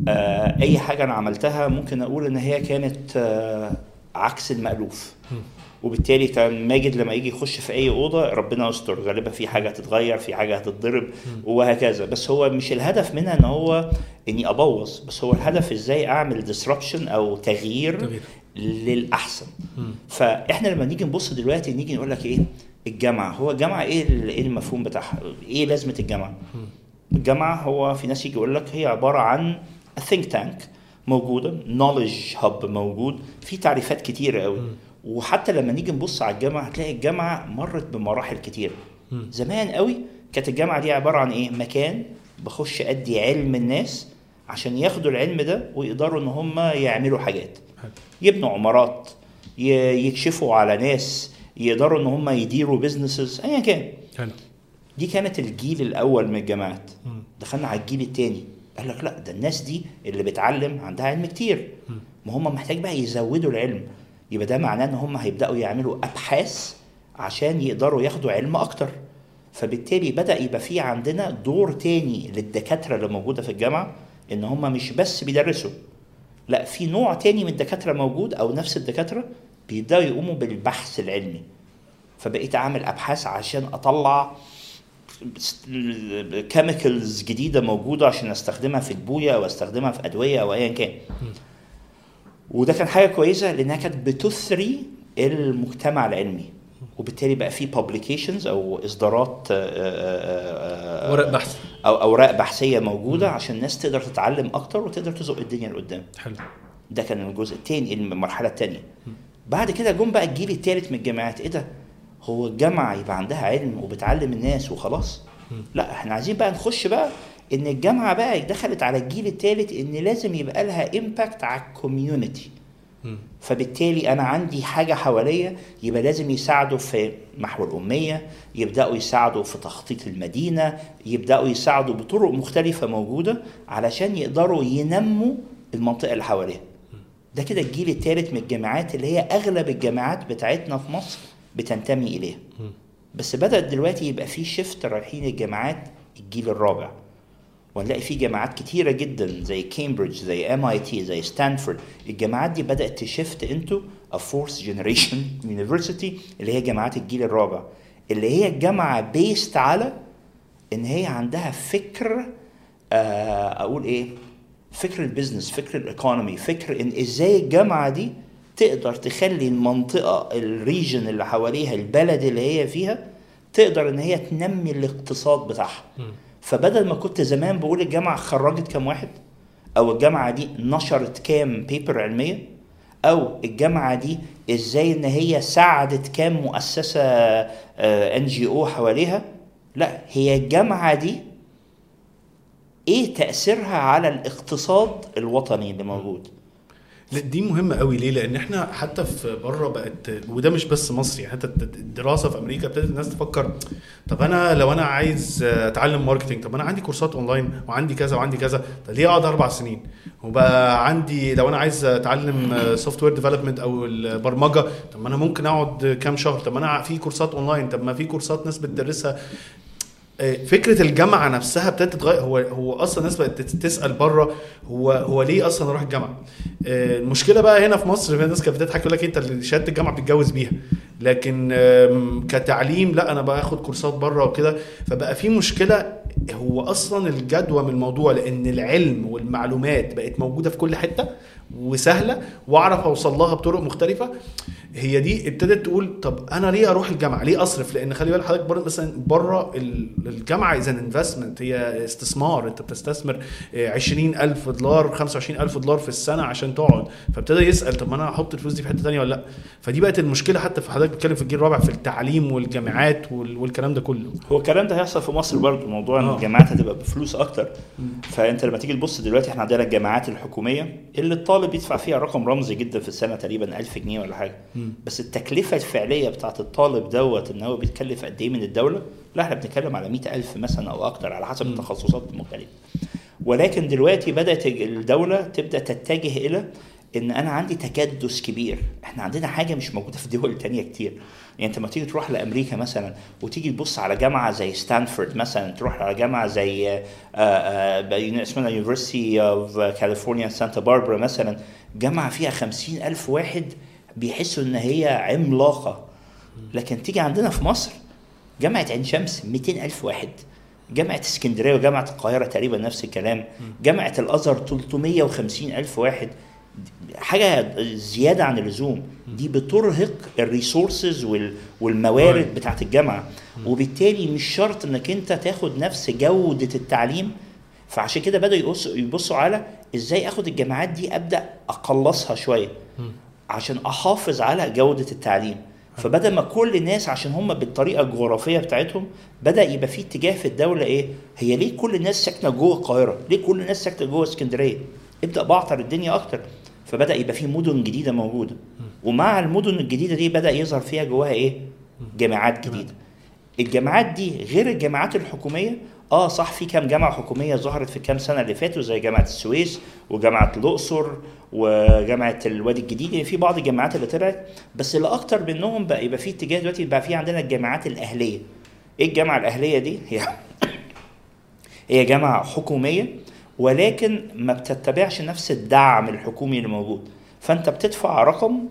اي حاجة انا عملتها ممكن اقول ان هي كانت عكس المألوف. وبالتالي كان ماجد لما يجي يخش في اي اوضه ربنا يستر، غالبا في حاجه هتتغير، في حاجه هتتضرب وهكذا. بس هو مش الهدف منها ان هو اني ابوظ، بس هو الهدف ازاي اعمل ديسربشن او تغيير للاحسن. فاحنا لما نيجي نبص دلوقتي نيجي نقول لك ايه الجامعه، هو الجامعه ايه المفهوم بتاعها، ايه لازمه الجامعه؟ الجامعه هو في ناس يجي يقول لك هي عباره عن think tank موجوده، knowledge hub موجود، في تعريفات كتيره قوي. وحتى لما نيجي نبص على الجامعه هتلاقي الجامعه مرت بمراحل كتير. زمان قوي كانت الجامعه دي عباره عن ايه؟ مكان بخش ادي علم الناس عشان ياخدوا العلم ده ويقدروا ان هم يعملوا حاجات، يبنوا عمارات، يكشفوا على ناس، يقدروا ان هم يديروا بيزنسز ايا كان. دي كانت الجيل الاول من الجامعات. دخلنا على الجيل الثاني قال لك لا، ده الناس دي اللي بتعلم عندها علم كتير، ما هم محتاج بقى يزودوا العلم. يبقى ده معناه ان هم هيبداوا يعملوا ابحاث عشان يقدروا ياخدوا علم اكتر. فبالتالي بدا يبقى في عندنا دور تاني للدكاتره اللي موجوده في الجامعه، ان هم مش بس بيدرسوا، لا في نوع تاني من الدكاتره موجود، او نفس الدكاتره بيبداوا يقوموا بالبحث العلمي. فبقيت اعمل ابحاث عشان اطلع كيميكالز جديده موجوده عشان استخدمها في البويه او استخدمها في ادويه او ايا كان. وده كان حاجه كويسه لانها كانت بتثري المجتمع العلمي، وبالتالي بقى في publications او اصدارات ورق بحث او اوراق بحثيه موجوده عشان الناس تقدر تتعلم اكتر وتقدر تزق الدنيا لقدام. حلو. ده كان الجزء الثاني، المرحله الثانيه. بعد كده جم بقى الجيل الثالث من الجامعات. ايه ده؟ هو الجامعه يبقى عندها علم وبتعلم الناس وخلاص؟ لا، احنا عايزين بقى نخش بقى ان الجامعه بقى دخلت على الجيل الثالث ان لازم يبقى لها امباكت على الكوميونتي. فبالتالي انا عندي حاجه حواليا، يبقى لازم يساعدوا في محو الاميه، يبداوا يساعدوا في تخطيط المدينه، يبداوا يساعدوا بطرق مختلفه موجوده علشان يقدروا ينموا المنطقه اللي حواليها. ده كده الجيل الثالث من الجامعات اللي هي اغلب الجامعات بتاعتنا في مصر بتنتمي اليها. بس بدات دلوقتي يبقى في شيفت رايحين الجامعات الجيل الرابع، ونلاقي في جامعات كتيرة جدا زي كامبريدج، زي MIT، زي ستانفورد. الجامعات دي بدأت تشفت انتو a fourth generation university اللي هي جامعات الجيل الرابع، اللي هي الجامعة بيست على ان هي عندها فكر اقول ايه، فكر البيزنس، فكر الايكونومي، فكر ان ازاي الجامعة دي تقدر تخلي المنطقة الريجن اللي حواليها، البلد اللي هي فيها، تقدر ان هي تنمي الاقتصاد بتاعها. فبدل ما كنت زمان بقول الجامعة خرجت كام واحد، او الجامعة دي نشرت كام بيبر علمية، او الجامعة دي ازاي ان هي ساعدت كام مؤسسة NGO حواليها، لا، هي الجامعة دي ايه تأثيرها على الاقتصاد الوطني اللي موجود. دي مهمه قوي. ليه؟ لان احنا حتى في بره بقت، وده مش بس مصر، يعني حتى الدراسه في امريكا ابتدت الناس تفكر طب انا لو انا عايز اتعلم ماركتنج، طب انا عندي كورسات اونلاين وعندي كذا وعندي كذا، طب ليه اقعد 4 سنين؟ وبقى عندي لو انا عايز اتعلم سوفت وير ديفلوبمنت او البرمجه، طب ما انا ممكن اقعد كام شهر، طب ما انا في كورسات اونلاين، طب ما في كورسات ناس بتدرسها. فكره الجامعه نفسها ابتدت تتغير. هو اصلا الناس بقت تسال بره هو ليه اصلا اروح الجامعه. المشكله بقى هنا في مصر، في ناس كانت بتضحك يقول لك انت شهاده الجامعه بتتجوز بيها، لكن كتعليم لا، انا باخد كورسات بره وكده. فبقى في مشكله. هو اصلا الجدوى من الموضوع لان العلم والمعلومات بقت موجوده في كل حته وسهله واعرف اوصل لها بطرق مختلفه. هي دي ابتدت تقول طب انا ليه اروح الجامعه، ليه اصرف؟ لان خلي بالك حضرتك بره، مثلا بره الجامعه اذا انفستمنت، هي استثمار. انت بتستثمر $20,000 $25,000 في السنه عشان تقعد. فابتدى يسال طب ما انا احط الفلوس دي في حته تانية ولا لا؟ فدي بقت المشكله. حتى في حضرتك بتتكلم في الجيل الرابع في التعليم والجامعات والكلام ده كله. هو الكلام ده هيحصل في مصر برضو، موضوع ان الجامعات هتبقى بفلوس اكتر. فانت لما تيجي تبص دلوقتي احنا عندنا الجامعات الحكوميه اللي الطالب يدفع فيها رقم رمزي جدا في السنه، تقريبا 1000 جنيه ولا حاجه. بس التكلفه الفعليه بتاعت الطالب دوت ان هو بيتكلف قد ايه من الدوله، لا احنا بنتكلم على 100,000 مثلا او اكتر على حسب التخصصات المختلفه. ولكن دلوقتي بدات الدوله تبدا تتجه الى ان انا عندي تكدس كبير. احنا عندنا حاجه مش موجوده في دول تانية كتير. يعني انت لما تيجي تروح لامريكا مثلا وتيجي تبص على جامعه زي ستانفورد مثلا، تروح على جامعه زي اسمها University of California Santa Barbara مثلا، جامعه فيها 50,000 واحد بيحسوا ان هي عملاقه. لكن تيجي عندنا في مصر جامعه عين شمس 200,000 واحد، جامعه اسكندريه وجامعه القاهره تقريبا نفس الكلام، جامعه الازهر 350,000 واحد، حاجه زياده عن اللزوم. دي بترهق الريسورسز والموارد بتاعت الجامعه، وبالتالي مش شرط انك انت تاخد نفس جوده التعليم. فعشان كده بدأوا يبصوا على ازاي اخد الجامعات دي ابدا اقلصها شويه عشان احافظ على جوده التعليم. فبدل ما كل الناس عشان هم بالطريقه الجغرافيه بتاعتهم بدا يبقى في اتجاه في الدوله ايه، هي ليه كل الناس ساكنه جوه القاهره، ليه كل الناس ساكنه جوه اسكندريه، ابدا بعطر الدنيا اكتر. فبدا يبقى في مدن جديده موجوده، ومع المدن الجديده دي بدا يظهر فيها جواها ايه، جامعات جديده. الجامعات دي غير الجامعات الحكوميه. صح، في كام جامعه حكوميه ظهرت في الكام سنه اللي فاتوا زي جامعه السويس وجامعه الاقصر وجامعه الوادي الجديد. يعني في بعض الجامعات اللي طلعت، بس اللي اكتر منهم بقى يبقى في اتجاه دلوقتي بقى في عندنا الجامعات الاهليه. ايه الجامعه الاهليه دي؟ هي جامعه حكوميه ولكن ما بتتبعش نفس الدعم الحكومي اللي موجود. فانت بتدفع رقم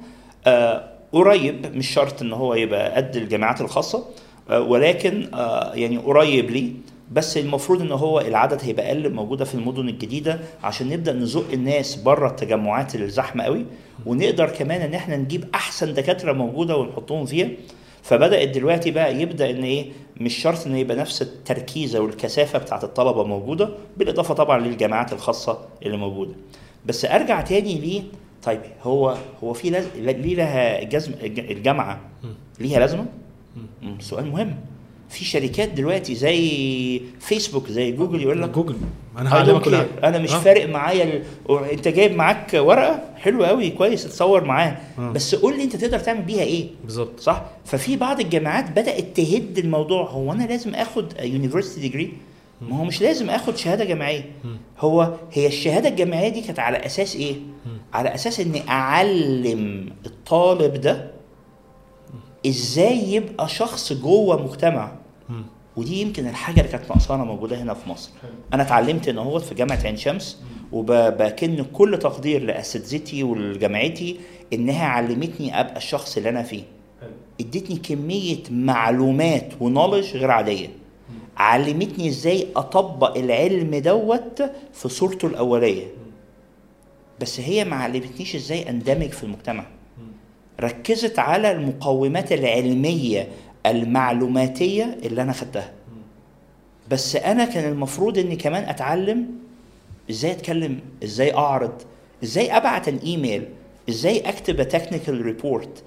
قريب، مش شرط ان هو يبقى قد الجامعات الخاصه، ولكن يعني قريب ليه. بس المفروض ان هو العدد هيبقى اقل موجوده في المدن الجديده عشان نبدا نزق الناس بره التجمعات الزحمه قوي، ونقدر كمان ان احنا نجيب احسن دكاتره موجوده ونحطهم فيها. فبدات دلوقتي بقى يبدا ان ايه، مش شرط ان يبقى نفس التركيزه والكثافه بتاعه الطلبه موجوده، بالاضافه طبعا للجامعات الخاصه اللي موجوده. بس ارجع تاني ليه، طيب هو في ليه لها الجامعه ليها لازمه؟ سؤال مهم. في شركات دلوقتي زي فيسبوك زي جوجل يقول لك جوجل انا هعلمك كل حاجه، انا مش فارق معايا انت جايب معاك ورقه حلوه قوي كويس تصور معاه، بس قول لي انت تقدر تعمل بيها ايه بالظبط. صح. ففي بعض الجامعات بدات تهد الموضوع، هو انا لازم اخد يونيفرسيتي ديجري؟ ما هو مش لازم اخد شهاده جامعيه. هي الشهاده الجامعيه دي كانت على اساس ايه؟ على اساس اني اعلم الطالب ده ازاي يبقى شخص جوه مجتمع. ودي يمكن الحاجه اللي كانت ناقصانا موجوده هنا في مصر. انا اتعلمت ان هو في جامعه عين شمس، وبكن كل تقدير لاساتذتي والجامعتي انها علمتني ابقى الشخص اللي انا فيه. ادتني كميه معلومات ونولج غير عاديه، علمتني ازاي اطبق العلم دوت في صورته الاوليه، بس هي ما علمتنيش ازاي اندمج في المجتمع. ركزت على المقومات العلمية المعلوماتية اللي أنا خدتها، بس أنا كان المفروض أني كمان أتعلم إزاي أتكلم، إزاي أعرض، إزاي أبعت إيميل، إزاي أكتب تكنيكال ريبورت،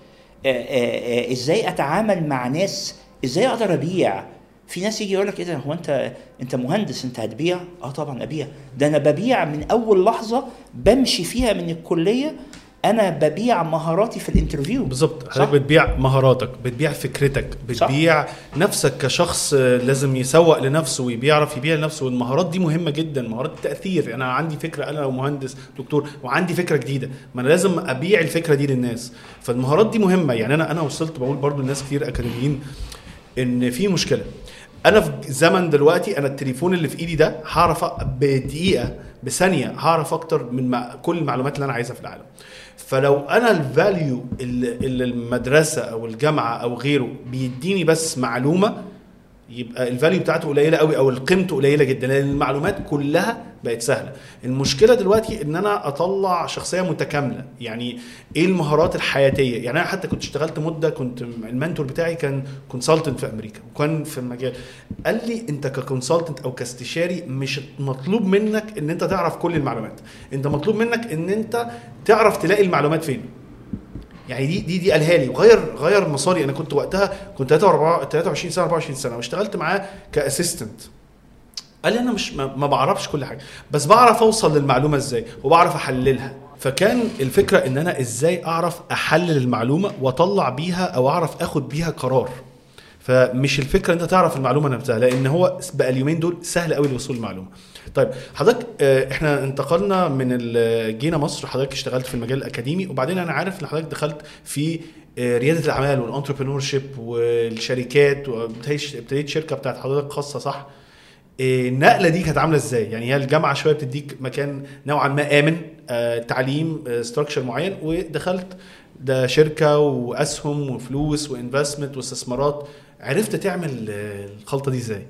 إزاي أتعامل مع ناس، إزاي أقدر أبيع. في ناس يجي يقولك إيه ده، هو أنت مهندس أنت هتبيع؟ طبعا أبيع، ده أنا ببيع من أول لحظة بمشي فيها من الكلية. انا ببيع مهاراتي في الانترفيو. بالظبط، حضرتك بتبيع مهاراتك، بتبيع فكرتك، بتبيع صح؟ نفسك كشخص لازم يسوق لنفسه ويعرف يبيع لنفسه. والمهارات دي مهمه جدا، مهارات التاثير. انا عندي فكره، انا لو مهندس دكتور وعندي فكره جديده، ما انا لازم ابيع الفكره دي للناس. فالمهارات دي مهمه. يعني انا وصلت بقول برضو للناس كتير اكاديميين ان في مشكله. انا في زمن دلوقتي انا التليفون اللي في ايدي ده هعرف بدقيقه بثانيه هعرف اكتر من كل المعلومات اللي انا عايزها في العالم. فلو انا الفاليو اللي المدرسه او الجامعه او غيره بيديني بس معلومه، يبقى الفاليو بتاعته قليله قوي او قيمته قليله جدا، لان المعلومات كلها بقت سهله. المشكله دلوقتي ان انا اطلع شخصيه متكامله. يعني ايه المهارات الحياتيه؟ يعني انا حتى كنت اشتغلت مده، كنت المنتور بتاعي كان كونسلتنت في امريكا وكان في المجال، قال لي انت ككونسلتنت او كاستشاري مش مطلوب منك ان انت تعرف كل المعلومات، انت مطلوب منك ان انت تعرف تلاقي المعلومات فين. يعني دي قالها لي وغير مساري. انا كنت وقتها كنت 23 سنه 24 سنه واشتغلت معاه كاسيستنت. قال لي انا مش ما بعرفش كل حاجه، بس بعرف اوصل للمعلومه ازاي وبعرف احللها. فكان الفكره ان انا ازاي اعرف احلل المعلومه واطلع بيها او اعرف اخد بيها قرار. فمش الفكره انت تعرف المعلومه نفسها، لان هو بقى اليومين دول سهل قوي الوصول للمعلومه. طيب حضرتك احنا انتقلنا من جينا مصر، حضرتك اشتغلت في المجال الاكاديمي، وبعدين انا عارف ان حضرتك دخلت في رياده الاعمال والانتربرينور شيب والشركات، وابتديت شركه بتاعت حضرتك خاصه صح؟ النقله دي كانت عامله ازاي؟ يعني هي الجامعه شويه بتديك مكان نوعا ما امن، تعليم ستراكشر معين، ودخلت ده شركه واسهم وفلوس وانفستمنت واستثمارات، عرفت تعمل الخلطه دي ازاي؟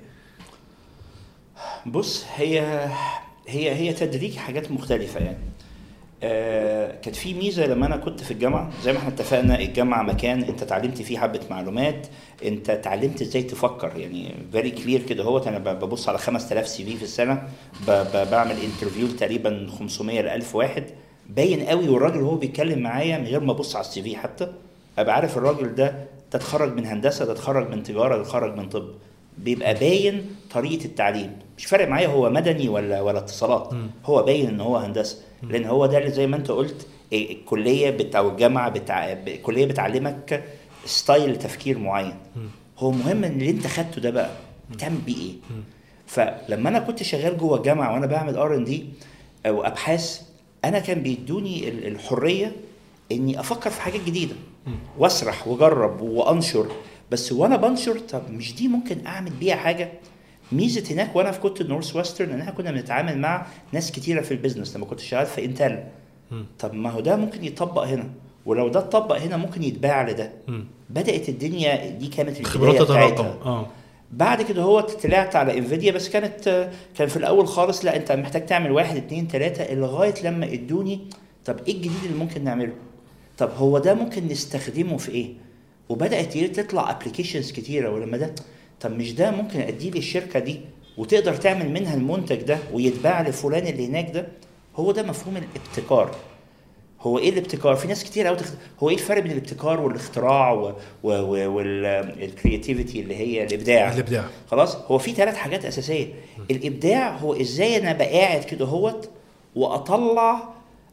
بص، هي تدريج حاجات مختلفه يعني. كانت في ميزه لما انا كنت في الجامعه، زي ما احنا اتفقنا الجامعه مكان انت اتعلمت فيه حبه معلومات، انت اتعلمت ازاي تفكر يعني فيري كلير كده. هو انا ببص على 5000 CV في السنه، بعمل انترفيو تقريبا 500 ل 1000 واحد، باين قوي والراجل هو بيتكلم معايا من غير ما ابص على CV حتى ابقى عارف الراجل ده تتخرج من هندسه، ده تتخرج من تجاره، ده تتخرج من طب. بيبقى باين طريقه التعليم، مش فارق معايا هو مدني ولا اتصالات، هو باين ان هو هندسه، لان هو ده اللي زي ما انت قلت الكليه او الجامعه الكليه بتعلمك ستايل تفكير معين. هو مهم ان اللي انت خدته ده بقى بتعمل بيه ايه. فلما انا كنت شغال جوه الجامعه وانا بعمل R&D او ابحاث، انا كان بيدوني الحريه اني افكر في حاجات جديده واسرح واجرب وانشر. بس وانا بنشر، طب مش دي ممكن اعمل بيها حاجه؟ ميزه هناك وانا في كنت نورث ويسترن ان احنا كنا بنتعامل مع ناس كتيره في البيزنس. لما كنت شغال في انتل، طب ما هو ده ممكن يطبق هنا، ولو ده اتطبق هنا ممكن يتباع لده. بدات الدنيا دي كانت البدايه بتاعتها. بعد كده هو طلعت على انفيديا، بس كان في الاول خالص لا انت محتاج تعمل 1 2 3 لغايه لما ادوني طب ايه الجديد اللي ممكن نعمله، طب هو ده ممكن نستخدمه في ايه. وبدات تطلع ابلكيشنز كتيره، ولما ده طب مش ده ممكن اديه للشركه دي وتقدر تعمل منها المنتج ده ويتباع لفلان اللي هناك ده. هو ده مفهوم الابتكار. هو ايه الابتكار؟ في ناس كتير قوي هو ايه الفرق بين الابتكار والاختراع والكرياتيفيتي اللي هي الابداع. خلاص، هو في 3 حاجات اساسيه. الابداع هو ازاي انا بقاعد كده هوت واطلع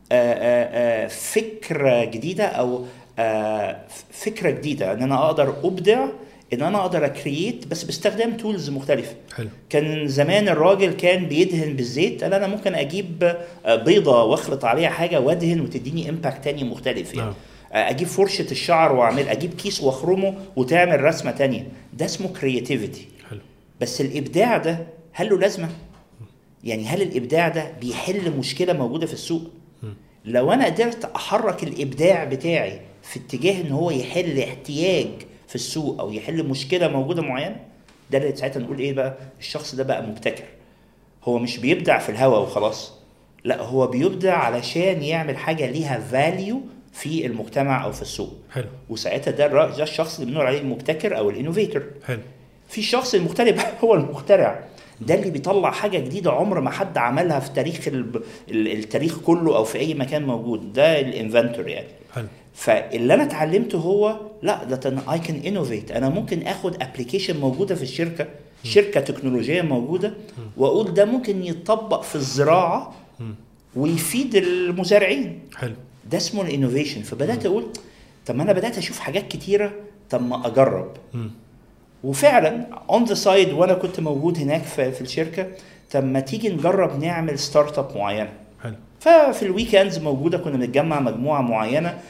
فكره جديده او فكره جديده، ان انا اقدر ابدع، ان انا اقدر اكرييت بس باستخدام تولز مختلفه. حلو. كان زمان الراجل كان بيدهن بالزيت، انا ممكن اجيب بيضه واخلط عليها حاجه وادهن وتديني امباكت تاني مختلف يعني. اجيب فرشه الشعر واعمل اجيب كيس واخرمه وتعمل رسمه تانية. ده اسمه كرياتيفيتي. حلو. بس الابداع ده هل له لازمه؟ يعني هل الابداع ده بيحل مشكله موجوده في السوق؟ لو انا قدرت احرك الابداع بتاعي في اتجاه ان هو يحل احتياج في السوق او يحل مشكله موجوده معينه، ده اللي ساعتها نقول ايه بقى؟ الشخص ده بقى مبتكر. هو مش بيبدع في الهوا وخلاص، لا هو بيبدع علشان يعمل حاجه ليها فاليو في المجتمع او في السوق. حلو. وساعتها ده الشخص اللي بنقول عليه المبتكر او الانوفيتور. حلو. في الشخص المخترع هو المخترع، ده اللي بيطلع حاجه جديده عمر ما حد عملها في تاريخ التاريخ كله او في اي مكان موجود. ده الانفنتور يعني. حلو. فاللي انا اتعلمته هو لا ده اي كان انوفيت. انا ممكن اخد ابلكيشن موجوده في الشركه، شركه تكنولوجيه موجوده، واقول ده ممكن يتطبق في الزراعه ويفيد المزارعين. حلو. ده اسمه الانوفيشن. فبدات اقول طب ما انا بدات اشوف حاجات كتيره، طب ما اجرب. وفعلا اون ذا سايد وانا كنت موجود هناك في الشركه، طب ما تيجي نجرب نعمل ستارت اب معينه. حلو. ففي الويكندز موجوده كنا بنتجمع مجموعه معينه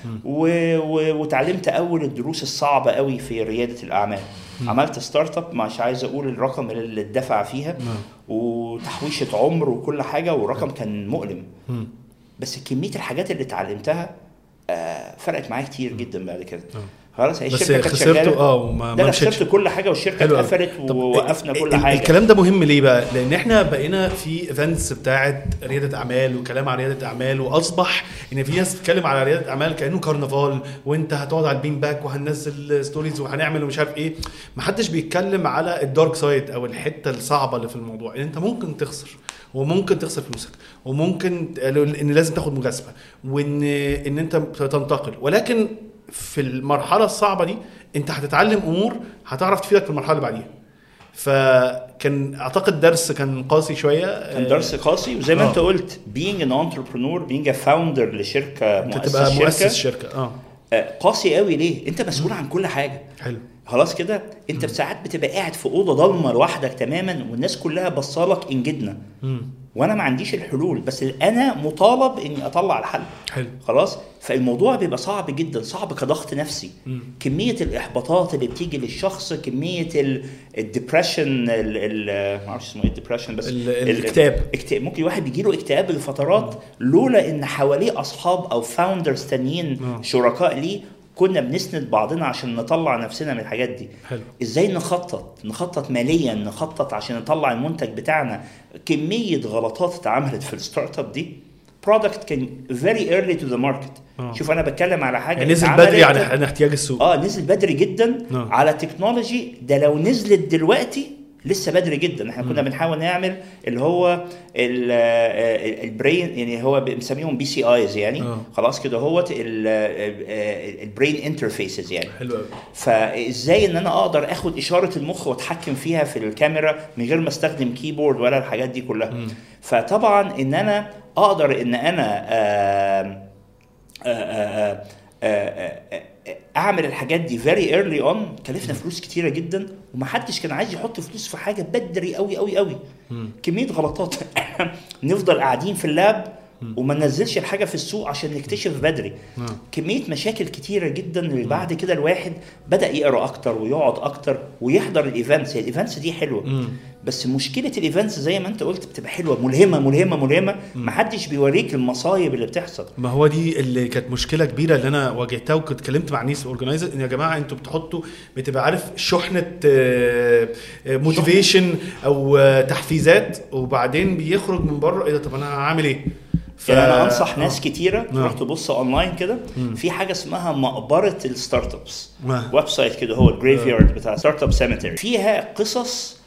وتعلمت اول الدروس الصعبه قوي في رياده الاعمال. عملت ستارت اب، مش عايز اقول الرقم اللي اتدفع فيها وتحويشه عمر وكل حاجه، والرقم كان مؤلم. بس كميه الحاجات اللي اتعلمتها فرقت معايا كتير جدا بعد كده. خلاص الشركه كانت شغاله وما خسرت كل حاجه والشركه اتقفلت ووقفنا كل حاجه. الكلام ده مهم ليه بقى؟ لان احنا بقينا في ايفنتس بتاعه رياده اعمال وكلام عن رياده اعمال، واصبح ان في ناس بتتكلم على رياده اعمال كانه كارنفال، وانت هتقعد على البين باك وهننزل ستوريز وهنعمل ومش عارف ايه. محدش بيتكلم على الدارك سايد او الحته الصعبه اللي في الموضوع، ان انت ممكن تخسر وممكن تخسر فلوسك وممكن ان لازم تاخد مجازفه وان انت تنتقل. ولكن في المرحله الصعبه دي انت هتتعلم امور هتعرف تفيدك في المرحله اللي بعديها. فكان اعتقد درس كان قاسي شويه، كان درس قاسي. وزي ما انت قلت being an entrepreneur being a founder لشركه مؤسس شركه قاسي قوي. ليه؟ انت مسؤول عن كل حاجه. حلو. خلاص كده انت ساعات بتبقى قاعد في اوضه ضلمه لوحدك تماما والناس كلها بصالك انجدنا، وانا ما عنديش الحلول، بس انا مطالب اني اطلع الحل. حلو. خلاص. فالموضوع بيبقى صعب جدا، صعب كضغط نفسي. كميه الاحباطات اللي بتيجي للشخص، كميه الديبريشن، ما اعرفش اسمه ايه الديبريشن، بس الاكتئاب. ممكن واحد بيجي له اكتئاب لفترات لولا ان حواليه اصحاب او فاوندرز تانيين شركاء ليه كنا بنسند بعضنا عشان نطلع نفسنا من الحاجات دي. حلو. ازاي نخطط ماليا، نخطط عشان نطلع المنتج بتاعنا. كمية غلطات اتعملت في الستارت اب دي. برودكت كان very early to the market. شوف انا بتكلم على حاجة يعني نزل بدري عن احتياج السوق. نزل بدري جدا على تكنولوجي ده لو نزلت دلوقتي لسه بدري جدا. احنا كنا بنحاول نعمل اللي هو البرين، يعني هو بنسميهم BCIs يعني. خلاص كده هو البرين انترفيسز يعني. حلو قوي. فازاي ان انا اقدر اخد اشاره المخ واتحكم فيها في الكاميرا من غير ما استخدم كيبورد ولا الحاجات دي كلها. فطبعا ان انا اقدر ان انا اعمل الحاجات دي very early on كلفنا فلوس كتيره جدا، ومحدش كان عايز يحط فلوس في حاجه بدري قوي قوي قوي. كميه غلطات نفضل قاعدين في اللاب وما ننزلش الحاجه في السوق عشان نكتشف بدري. كميه مشاكل كتيره جدا. اللي بعد كده الواحد بدا يقرا اكتر ويقعد اكتر ويحضر الايفنتس دي حلوه. بس مشكله الايفنتس زي ما انت قلت بتبقى حلوه، ملهمه. محدش بيوريك المصايب اللي بتحصل. ما هو دي اللي كانت مشكله كبيره اللي انا واجهتها، وكنت اتكلمت مع ناس اورجنايزر ان يا جماعه انتوا بتحطوا بتبقى عارف شحنه موتيفيشن او تحفيزات، وبعدين بيخرج من بره ايه ده، طب انا هعمل ايه؟ يعني انا انصح ناس كتيره تروح تبص اونلاين كده في حاجه اسمها مقبره الستارت ابس. ويب سايت كده هو الجريف يارد بتاع ستارت اب سيمتري. فيها قصص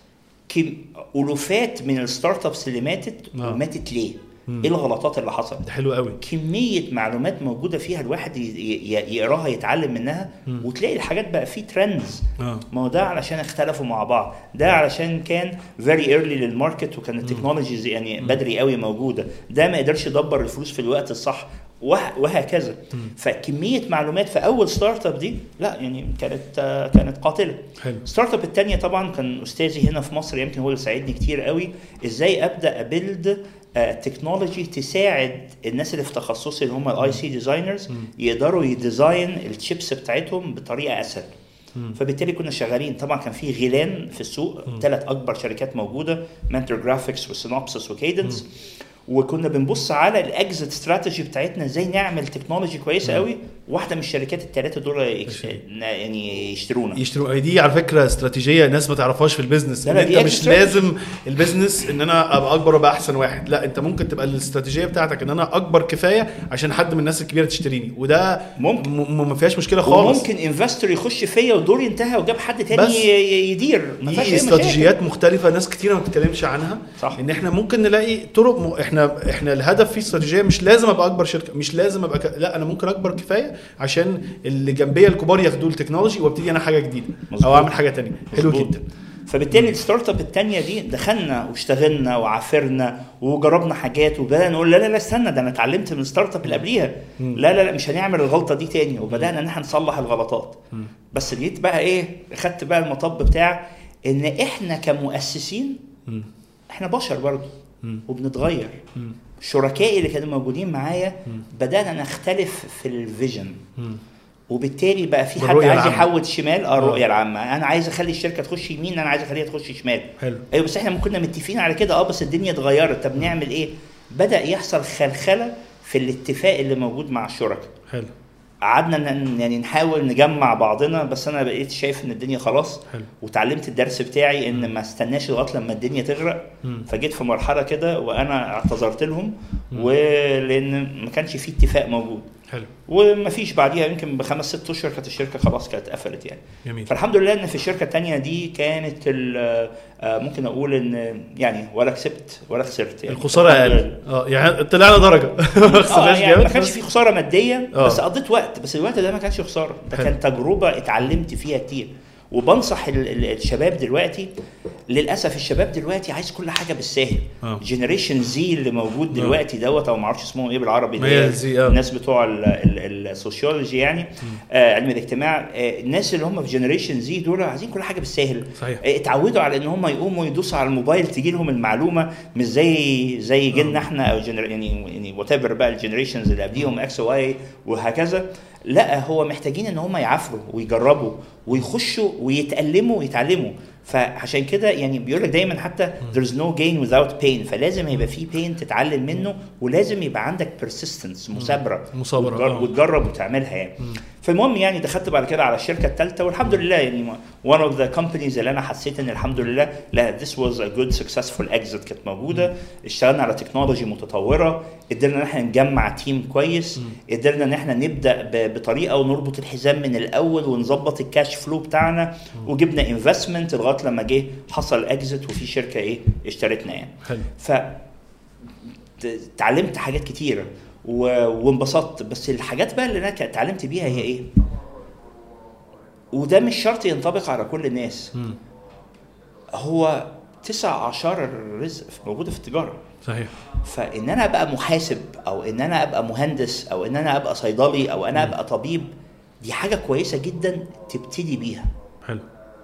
الوفات من الستارت ابس اللي ماتت وماتت ليه، ايه الغلطات اللي حصلت. حلو قوي. كميه معلومات موجوده فيها الواحد يقراها يتعلم منها. وتلاقي الحاجات بقى في ترندز. ما هو ده علشان اختلفوا مع بعض، ده علشان كان very early للماركت وكان التكنولوجيز يعني بدري قوي موجوده، ده ما قدرش يدبر الفلوس في الوقت الصح وهكذا. فكميه معلومات في اول ستارت اب دي لا يعني كانت قاتله. ستارت اب الثانيه طبعا كان استاذي هنا في مصر يمكن هو اللي ساعدني كتير قوي ازاي ابدا ابيلد تكنولوجي تساعد الناس اللي في تخصصي اللي هم الاي سي ديزاينرز يقدروا يديزاين الشيبس بتاعتهم بطريقه اسهل. فبالتالي كنا شغالين طبعا كان في غيلان في السوق 3 اكبر شركات موجوده، منتور جرافيكس وسينوبسس وكيدنس. وكنا بنبص على الاكزيت استراتيجي بتاعتنا ازاي نعمل تكنولوجي كويسه قوي. واحده من الشركات الثلاثه دول يعني يشتروا دي على فكره استراتيجيه الناس ما تعرفهاش في البيزنس. ان انت مش لازم البيزنس ان انا ابقى اكبر وابقى احسن واحد، لا انت ممكن تبقى الاستراتيجيه بتاعتك ان انا اكبر كفايه عشان حد من الناس الكبيره تشتريني، وده ممكن ما فيهاش مشكله خالص. وممكن انفستور يخش فيا ودور ينتهي وجاب حد تاني يدير. ما فيهاش استراتيجيات مختلفه ناس كتيره ما بتتكلمش عنها. صح. ان احنا ممكن نلاقي طرق احنا الهدف في استراتيجيه مش لازم ابقى اكبر شركه، مش لازم ابقى لا انا ممكن اكبر كفايه عشان اللي جنبيه الكبار ياخدوا التكنولوجي وابتدي انا حاجه جديده. مزبوط. او اعمل حاجه تانية. حلو جدا. فبالتالي الستارت اب الثانيه دي دخلنا واشتغلنا وعافرنا وجربنا حاجات وبدانا نقول لا استنى ده انا اتعلمت من الستارت اب اللي قبليها، لا مش هنعمل الغلطه دي تاني، وبدانا ان احنا نصلح الغلطات. بس جيت بقى ايه خدت بقى المطب بتاع ان احنا كمؤسسين احنا بشر برضه وبنتغير. شركائي اللي كانوا موجودين معايا بدانا نختلف في الفيجن، وبالتالي بقى في حد عايز يحود شمال الرؤيه العامه، انا عايز اخلي الشركه تخش يمين، انا عايز اخليها تخش شمال. حلو. ايوه بس احنا كنا متفقين على كده بس الدنيا اتغيرت. طب نعمل ايه؟ بدا يحصل خلخله في الاتفاق اللي موجود مع الشركاء. حلو. قعدنا يعني نحاول نجمع بعضنا، بس انا بقيت شايف ان الدنيا خلاص. حلو. وتعلمت الدرس بتاعي ان ما استناش لغايه لما الدنيا تغرق. فجيت في مرحله كده وانا اعتذرت لهم ولان ما كانش في اتفاق موجود. حلو. وما فيش بعديها يمكن ب5-6 اشهر كانت الشركه خلاص كانت قفلت يعني. جميل. فالحمد لله ان في الشركه الثانيه دي كانت ممكن اقول ان يعني ولا كسبت ولا خسرت يعني. الخساره اقل. يعني طلعنا درجه. يعني ما كانش في خساره ماديه. بس قضيت وقت، بس الوقت ده ما كانش خساره، ده كان تجربه اتعلمت فيها كتير. وبنصح الشباب دلوقتي. للاسف الشباب دلوقتي عايز كل حاجه بالساهل. جنريشن زي اللي موجود دلوقتي دوت او ما اعرفش اسمهم ايه بالعربي الناس بتوع السوشيولوجي يعني علم الاجتماع. الناس اللي هم في جنريشن زي دول عايزين كل حاجه بالساهل. اتعودوا على ان هم يقوموا يدوسوا على الموبايل تجي لهم المعلومه، مش زي جيلنا احنا او يعني وات ايفر بقى الجنريشنز اللي قبليهم اكس واي وهكذا. لا هو محتاجين ان هم يعافروا ويجربوا ويخشوا ويتألموا ويتعلموا. فعشان كده يعني بيقول لك دايما حتى there's no gain without pain. فلازم يبقى فيه pain تتعلم منه، ولازم يبقى عندك persistence مثابرة وتجرب وتعملها يعني. فالمهم يعني دخلت بعد كده على الشركة الثالثة والحمد لله يعني one of the companies اللي انا حسيت ان الحمد لله لا this was a good successful exit كانت موجودة. اشتغلنا على تكنولوجي متطورة، قدرنا ان احنا نجمع تيم كويس، قدرنا ان احنا نبدأ بطريقة ونربط الحزام من الاول ونظبط الكاش فلو بتاعنا، وجبنا investment لغاية لما جه حصل exit وفي شركة اشترتنا يعني. ف تعلمت حاجات كتيرة وانبسطت. بس الحاجات بقى اللي انا اتعلمت بيها هي ايه، وده مش شرط ينطبق على كل الناس. هو 19 الرزق موجودة في التجارة. صحيح. فان انا ابقى محاسب او ان انا ابقى مهندس او ان انا ابقى صيدلي او انا ابقى طبيب، دي حاجة كويسة جدا تبتدي بيها. حلو.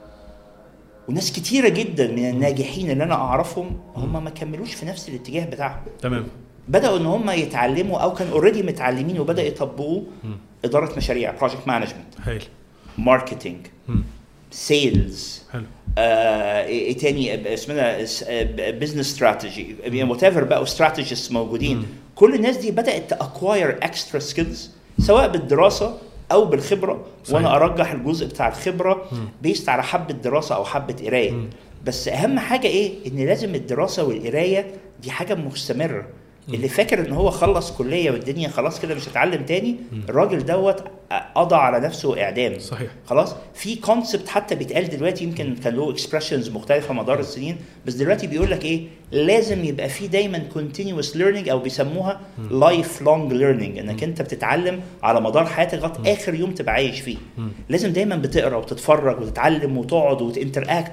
وناس كتيرة جدا من الناجحين اللي انا اعرفهم هم ما كملوش في نفس الاتجاه بتاعهم. تمام. بدأوا ان هم يتعلموا او كانوا اوريدي متعلمين وبدأ يطبقوا إدارة مشاريع project management. حلو. marketing. sales. حلو. ايه تاني اسمها business strategy يعني whatever بقى strategists موجودين. كل الناس دي بدأت acquire extra skills سواء بالدراسة او بالخبرة. صحيح. وانا ارجح الجزء بتاع الخبرة بيست على حبة دراسة او حبة قراية. بس اهم حاجة ايه، ان لازم الدراسة والقراية دي حاجة مستمرة. اللي فاكر ان هو خلص كلية والدنيا خلاص كده مش هتعلم تاني، الراجل دوت قضى على نفسه اعدام. صحيح. خلاص. في كونسبت حتى بيتقال دلوقتي يمكن كان له اكسبريشنز مختلفة مدار السنين، بس دلوقتي بيقول لك ايه، لازم يبقى في دايما continuous learning او بيسموها lifelong learning. انك انت بتتعلم على مدار حياتك لغايه اخر يوم تبقى عايش فيه. لازم دايما بتقرا وتتفرج وتتعلم وتقعد وتinteract.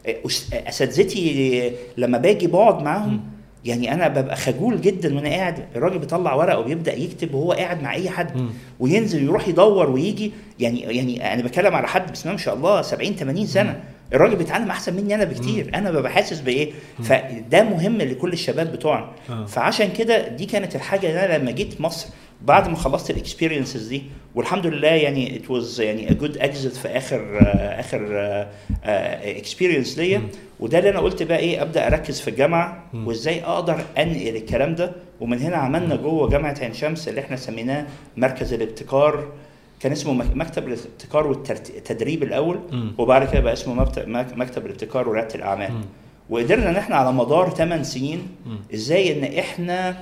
اساتذتي لما باجي بقعد معاهم يعني انا ببقى خجول جدا وانا قاعد، الراجل بيطلع ورقه وبيبدا يكتب وهو قاعد مع اي حد وينزل يروح يدور ويجي. يعني انا بتكلم على حد بسم الله ما شاء الله 70-80 سنه، الراجل بيتعلم احسن مني انا بكتير. انا ببقى حاسس بايه. فده مهم لكل الشباب بتوعنا. فعشان كده دي كانت الحاجه اللي انا لما جيت مصر بعد ما خلصت الاكسبيرينسز دي والحمد لله يعني it was يعني a good exit في اخر experience ليا. وده اللي انا قلت بقى ايه، ابدا اركز في الجامعه وازاي اقدر انقل الكلام ده. ومن هنا عملنا جوه جامعه عين شمس اللي احنا سميناه مركز الابتكار. كان اسمه مكتب الابتكار والتدريب الاول، وبعد كده بقى اسمه مكتب الابتكار ورياده الاعمال. وقدرنا ان احنا على مدار 8 سنين ازاي ان احنا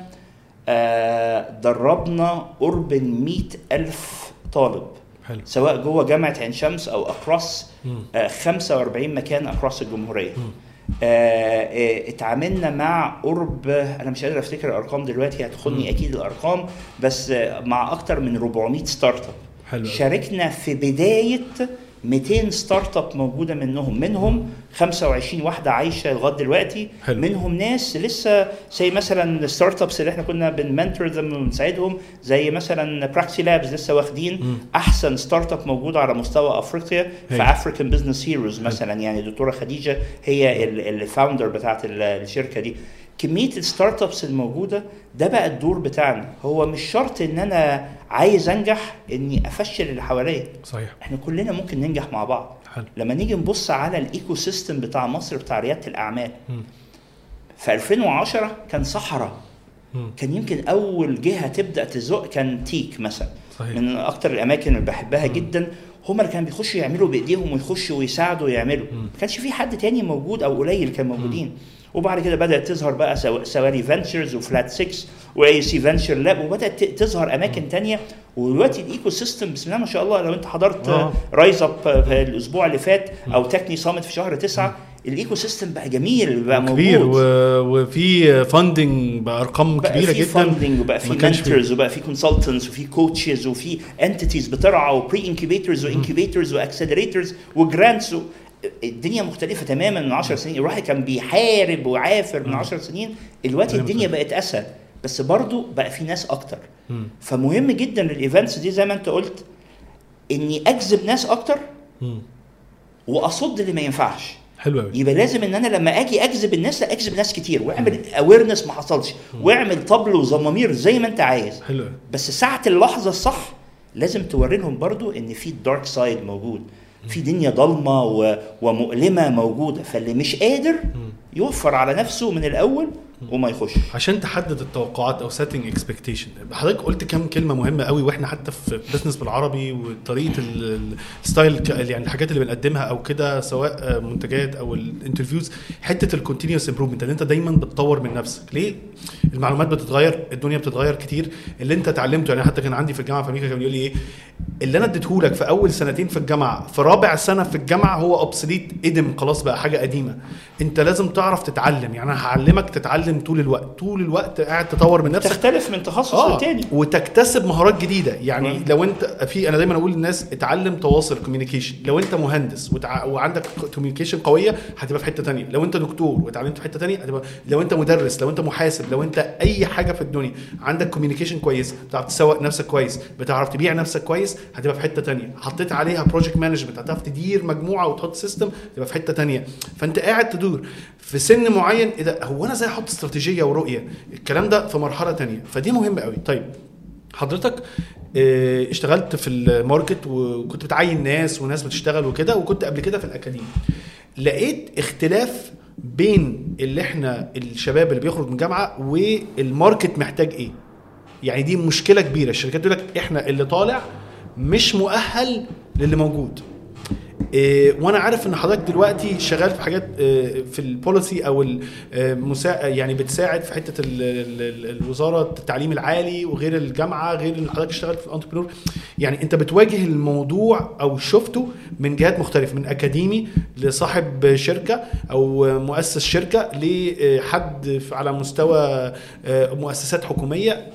دربنا قرب 100,000 طالب. حلو. سواء جوه جامعة عين شمس أو أكروس 45 مكان أكروس الجمهورية. اتعاملنا مع قرب، أنا مش قادر أفتكر الأرقام دلوقتي هتخلني أكيد الأرقام، بس مع أكتر من 400 ستارت اب. شاركنا في بداية 200 ستارت اب موجودة منهم 25 واحدة عايشة لغاية دلوقتي. حلو. منهم ناس لسه زي مثلا ستارت ابس اللي احنا كنا بنمنتور ذم ونساعدهم، زي مثلا براكسي لابز لسه واخدين احسن ستارت اب موجودة على مستوى افريقيا في افريكان بزنس هيروز مثلا. يعني دكتورة خديجة هي الفاوندر بتاعت الشركة دي. كمية الستارت ابس الموجودة ده بقى الدور بتاعنا. هو مش شرط ان انا عايز انجح اني افشل اللي حواليا. صحيح. احنا كلنا ممكن ننجح مع بعض. حلو. لما نيجي نبص على الايكو سيستم بتاع مصر بتاع ريادة الاعمال في 2010 كان صحراء. كان يمكن اول جهة تبدأ تزق كان تيك مثلا. صحيح. من اكتر الاماكن اللي بحبها جدا. هم اللي كانوا بيخشوا يعملوا بايديهم ويخشوا ويساعدوا يعملوا. ما كانش في حد تاني موجود او قليل كان موجودين. وبعد كده بدأت تظهر بقى سواري فينتشرز وفلات 6 واي سي فينتشر لاب، وبدأت تظهر أماكن تانية. ودلوقتي الإيكو سيستم بسم الله ما شاء الله. لو أنت حضرت رايز أب في الأسبوع اللي فات أو تكني صامت في شهر 9، الايكو سيستم بقى جميل بقى كبير موجود وفي فاندنج بارقام كبيره في جدا فاندنج وبقى في منتورز وبقى في كونسلتنتس وفي كوتشز وفي انتيتيز بترعى وبري انكيبيتورز وانكيبيتورز واكسلريتورز وجرانتس. الدنيا مختلفه تماما من 10 سنين. الواحد كان بيحارب وعافر من 10 سنين، دلوقتي الدنيا بقت اسهل، بس برضو بقى في ناس اكتر. فمهم جدا الايفنتس دي زي ما انت قلت اني اجذب ناس اكتر واصد اللي ما ينفعش. حلو قوي. يبقى لازم ان انا لما اجي اجذب الناس لا اجذب ناس كتير واعمل اويرنس ما حصلش واعمل طبل وزمامير زي ما انت عايز. حلو. بس ساعه اللحظه الصح لازم توري لهم برضو ان في الدارك سايد موجود، في دنيا ضلمه ومؤلمه موجوده، فاللي مش قادر يوفر على نفسه من الاول وما يخش. عشان تحدد التوقعات او setting expectation. حضرتك قلت كم كلمه مهمه قوي، واحنا حتى في بزنس بالعربي وطريقه الستايل يعني الحاجات اللي بنقدمها او كده سواء منتجات او الانترفيوز، حته الكونتينيوس امبروفمنت اللي انت دايما بتطور من نفسك. ليه؟ المعلومات بتتغير، الدنيا بتتغير كتير. اللي انت اتعلمته يعني حتى كان عندي في الجامعه في امريكا كان بيقول لي ايه اللي انا اديتهولك في اول سنتين في الجامعه في رابع سنه في الجامعه هو اوبسوليت ادم، خلاص بقى حاجه قديمه. انت لازم تعرف تتعلم، يعني انا هعلمك تتعلم طول الوقت قاعد تطور من نفسك، تختلف من تخصص للتاني وتكتسب مهارات جديده. يعني لو انت انا دايما اقول للناس اتعلم تواصل كوميونيكيشن. لو انت مهندس وعندك كوميونيكيشن قويه هتبقى في حته تانية. لو انت دكتور واتعلمت في حته تانية هتبقى. لو انت مدرس، لو انت محاسب، لو انت اي حاجه في الدنيا عندك كوميونيكيشن كويس، بتعرف تسوق نفسك كويس، بتعرف تبيع نفسك كويس، هتبقى في حته تانية. حطيت عليها بروجكت مانجمنت، هتعرف تدير مجموعه وتحط سيستم، تبقى في حته تانية. فانت قاعد تدور في سن معين. اذا هو انا ازاي احط استراتيجيه ورؤيه، الكلام ده في مرحله تانية. فدي مهمه قوي. طيب حضرتك اشتغلت في الماركت وكنت بتعين ناس وناس بتشتغل وكده، وكنت قبل كده في الأكاديمية. لقيت اختلاف بين اللي احنا الشباب اللي بيخرج من جامعة والماركت محتاج ايه؟ يعني دي مشكلة كبيرة. الشركات تقول لك احنا اللي طالع مش مؤهل للي موجود. وانا عارف ان حضرتك دلوقتي شغال في حاجات في البوليسي او يعني بتساعد في حته الوزاره التعليم العالي وغير الجامعه، غير ان حضرتك اشتغلت في الانتربرنور. يعني انت بتواجه الموضوع او شفته من جهات مختلفه، من اكاديمي لصاحب شركه او مؤسس شركه لحد على مستوى مؤسسات حكوميه.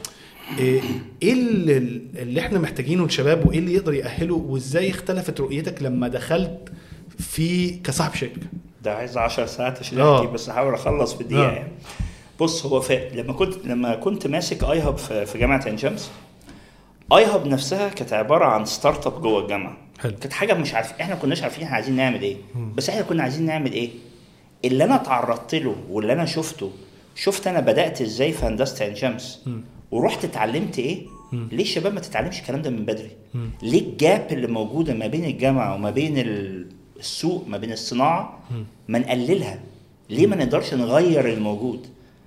ايه اللي احنا محتاجينه للشباب وايه اللي يقدر يأهله، وازاي اختلفت رؤيتك لما دخلت في كصاحب شركه؟ ده عايز 10 ساعات عشان احكي، بس هحاول اخلص في دقيقه. يعني بص، هو لما كنت ماسك اي هاب في جامعه عين شمس، اي هاب نفسها كانت عباره عن ستارت اب جوه الجامعه. كانت حاجه مش عارفين، احنا كناش عارفين احنا عايزين نعمل ايه، بس احنا كنا عايزين نعمل ايه. اللي انا تعرضت له واللي انا شفت انا بدات ازاي في هندسه عين شمس ورحت اتعلمت ايه. ليه الشباب ما تتعلمش الكلام ده من بدري؟ ليه الجاب اللي موجوده ما بين الجامعه وما بين السوق، ما بين الصناعه، ما نقللها؟ ليه ما نقدرش نغير الموجود؟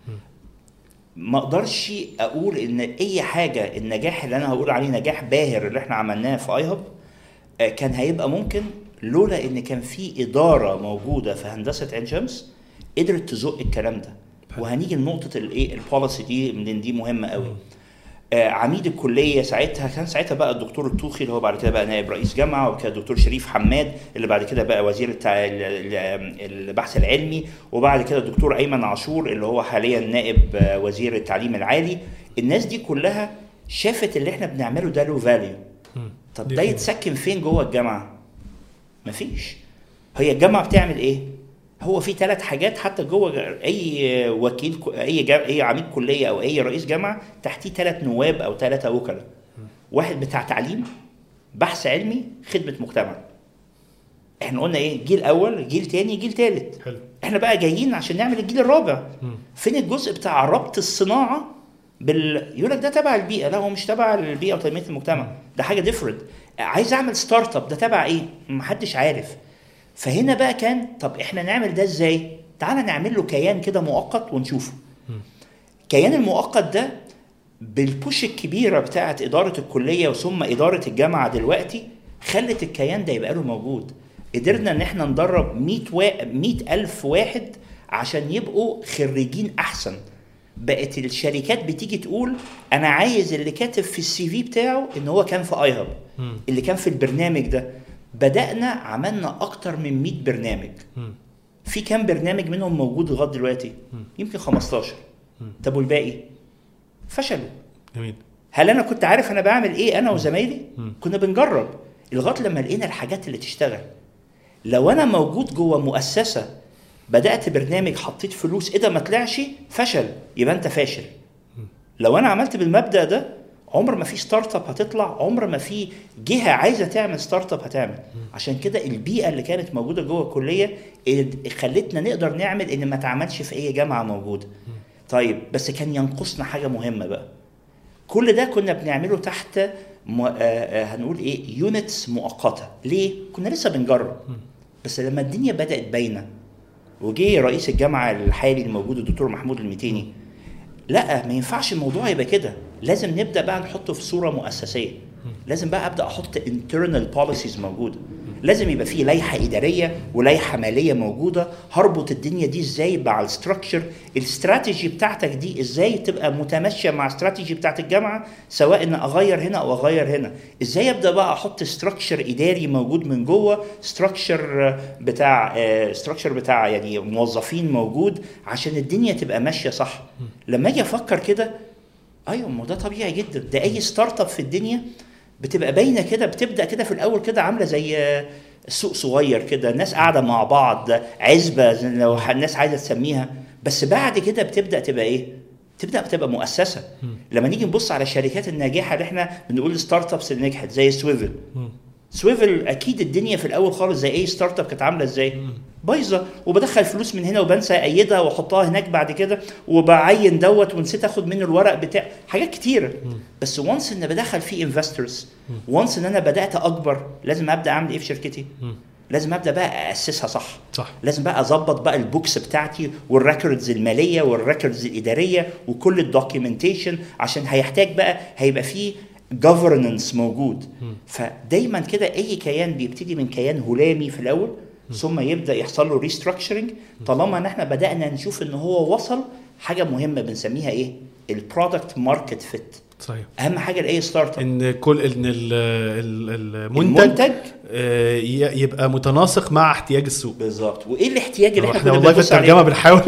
ما اقدرش اقول ان اي حاجه النجاح اللي انا هقول عليه نجاح باهر اللي احنا عملناه في اي هاب كان هيبقى ممكن لولا ان كان في اداره موجوده في هندسه عين شمس قدرت تزق الكلام ده. وهنيجي لنقطه الايه البوليسي دي، من دي مهمه قوي. عميد الكليه كان ساعتها بقى الدكتور الطوخي اللي هو بعد كده بقى نائب رئيس جامعه، وكان الدكتور شريف حماد اللي بعد كده بقى وزير البحث العلمي، وبعد كده الدكتور ايمن عاشور اللي هو حاليا نائب وزير التعليم العالي. الناس دي كلها شافت اللي احنا بنعمله ده له فاليو. طب ده يتسكن فين جوه الجامعه؟ مفيش. هي الجامعه بتعمل ايه؟ هو في 3 حاجات حتى جوه اي وكيل، اي عميد كليه او اي رئيس جامعه تحتيه 3 نواب او 3 وكلاء. واحد بتاع تعليم، بحث علمي، خدمه مجتمع. احنا قلنا ايه؟ جيل اول، جيل تاني، جيل تالت. حلو. احنا بقى جايين عشان نعمل الجيل الرابع. فين الجزء بتاع ربط الصناعه يقول لك ده تبع البيئه؟ لا، هو مش تبع البيئه وتنميه المجتمع، ده حاجه ديفرنت. عايز اعمل ستارت اب، ده تبع ايه؟ محدش عارف. فهنا بقى كان طب احنا نعمل ده ازاي؟ تعالى نعمل له كيان كده مؤقت ونشوفه. كيان المؤقت ده بالبوش الكبيره بتاعه اداره الكليه وثم اداره الجامعه دلوقتي خلت الكيان ده يبقى له موجود. قدرنا ان احنا ندرب 100,000 واحد عشان يبقوا خريجين احسن. بقت الشركات بتيجي تقول انا عايز اللي كاتب في السي في بتاعه ان هو كان في اي هاب، اللي كان في البرنامج ده. بدأنا عملنا اكتر من 100 برنامج في كام برنامج منهم موجود لغايه دلوقتي؟ يمكن 15. طب والباقي فشلوا. جميل. هل انا كنت عارف انا بعمل ايه انا وزمايلي؟ كنا بنجرب لغايه لما لقينا الحاجات اللي تشتغل. لو انا موجود جوه مؤسسه بدات برنامج حطيت فلوس ايه ده ما طلعش، فشل، يبقى انت فاشل. لو انا عملت بالمبدا ده عمر ما في ستارت اب هتطلع، عمر ما في جهه عايزه تعمل ستارت اب هتعمل. عشان كده البيئه اللي كانت موجوده جوه الكليه خلتنا نقدر نعمل ان ما تعملش في اي جامعه موجوده. طيب بس كان ينقصنا حاجه مهمه بقى. كل ده كنا بنعمله تحت هنقول ايه، يونتس مؤقته. ليه؟ كنا لسه بنجرب. بس لما الدنيا بدات باينه وجي رئيس الجامعه الحالي الموجود الدكتور محمود المتيني، لا ما ينفعش الموضوع يبقى كده، لازم نبدا بقى نحطه في صوره مؤسسيه. لازم بقى ابدا احط internal policies موجوده. لازم يبقى فيه لائحه اداريه ولائحه ماليه موجوده. هربط الدنيا دي ازاي مع الستراكشر، الاستراتيجي بتاعتك دي ازاي تبقى متماشيه مع الاستراتيجي بتاعت الجامعه، سواء ان اغير هنا او اغير هنا. ازاي ابدا بقى احط ستراكشر اداري موجود من جوه، ستراكشر بتاع يعني موظفين موجود عشان الدنيا تبقى ماشيه صح. لما اجي افكر كده، ايوه ما ده طبيعي جدا. ده اي ستارت اب في الدنيا بتبقى باينه كده، بتبدا كده في الاول كده عامله زي سوق صغير كده، الناس قاعده مع بعض، عزبه لو الناس عايزه تسميها. بس بعد كده بتبدا تبقى ايه؟ بتبقى مؤسسه. لما نيجي نبص على الشركات الناجحه اللي احنا بنقول ستارت ابس اللي نجحت زي سويفل اكيد الدنيا في الاول خالص زي اي ستارت اب كانت عامله ازاي؟ بايظه، وبدخل فلوس من هنا وبنسى ايدها واحطها هناك بعد كده، وبعين دوت ونسيت اخد منه الورق بتاع حاجات كتيره. بس وانس ان بدخل فيه انفسترز، وانس ان انا بدات اكبر، لازم ابدا اعمل ايه في شركتي؟ لازم ابدا بقى اسسها صح. لازم بقى اظبط بقى البوكس بتاعتي والريكوردز الماليه والريكوردز الاداريه وكل الدوكيومنتيشن، عشان هيحتاج بقى هيبقى فيه governance موجود. فدايما كده اي كيان بيبتدي من كيان هلامي في الاول، ثم يبدا يحصل له ريستراكشرنج. طالما ان احنا بدانا نشوف ان هو وصل حاجه مهمه بنسميها ايه، البرودكت ماركت فيت. صحيح. اهم حاجه لاي ستارت اب ان المنتج يبقى متناسق مع احتياج السوق. بالظبط. وايه الاحتياج اللي احنا والله في الترجمه بنحاول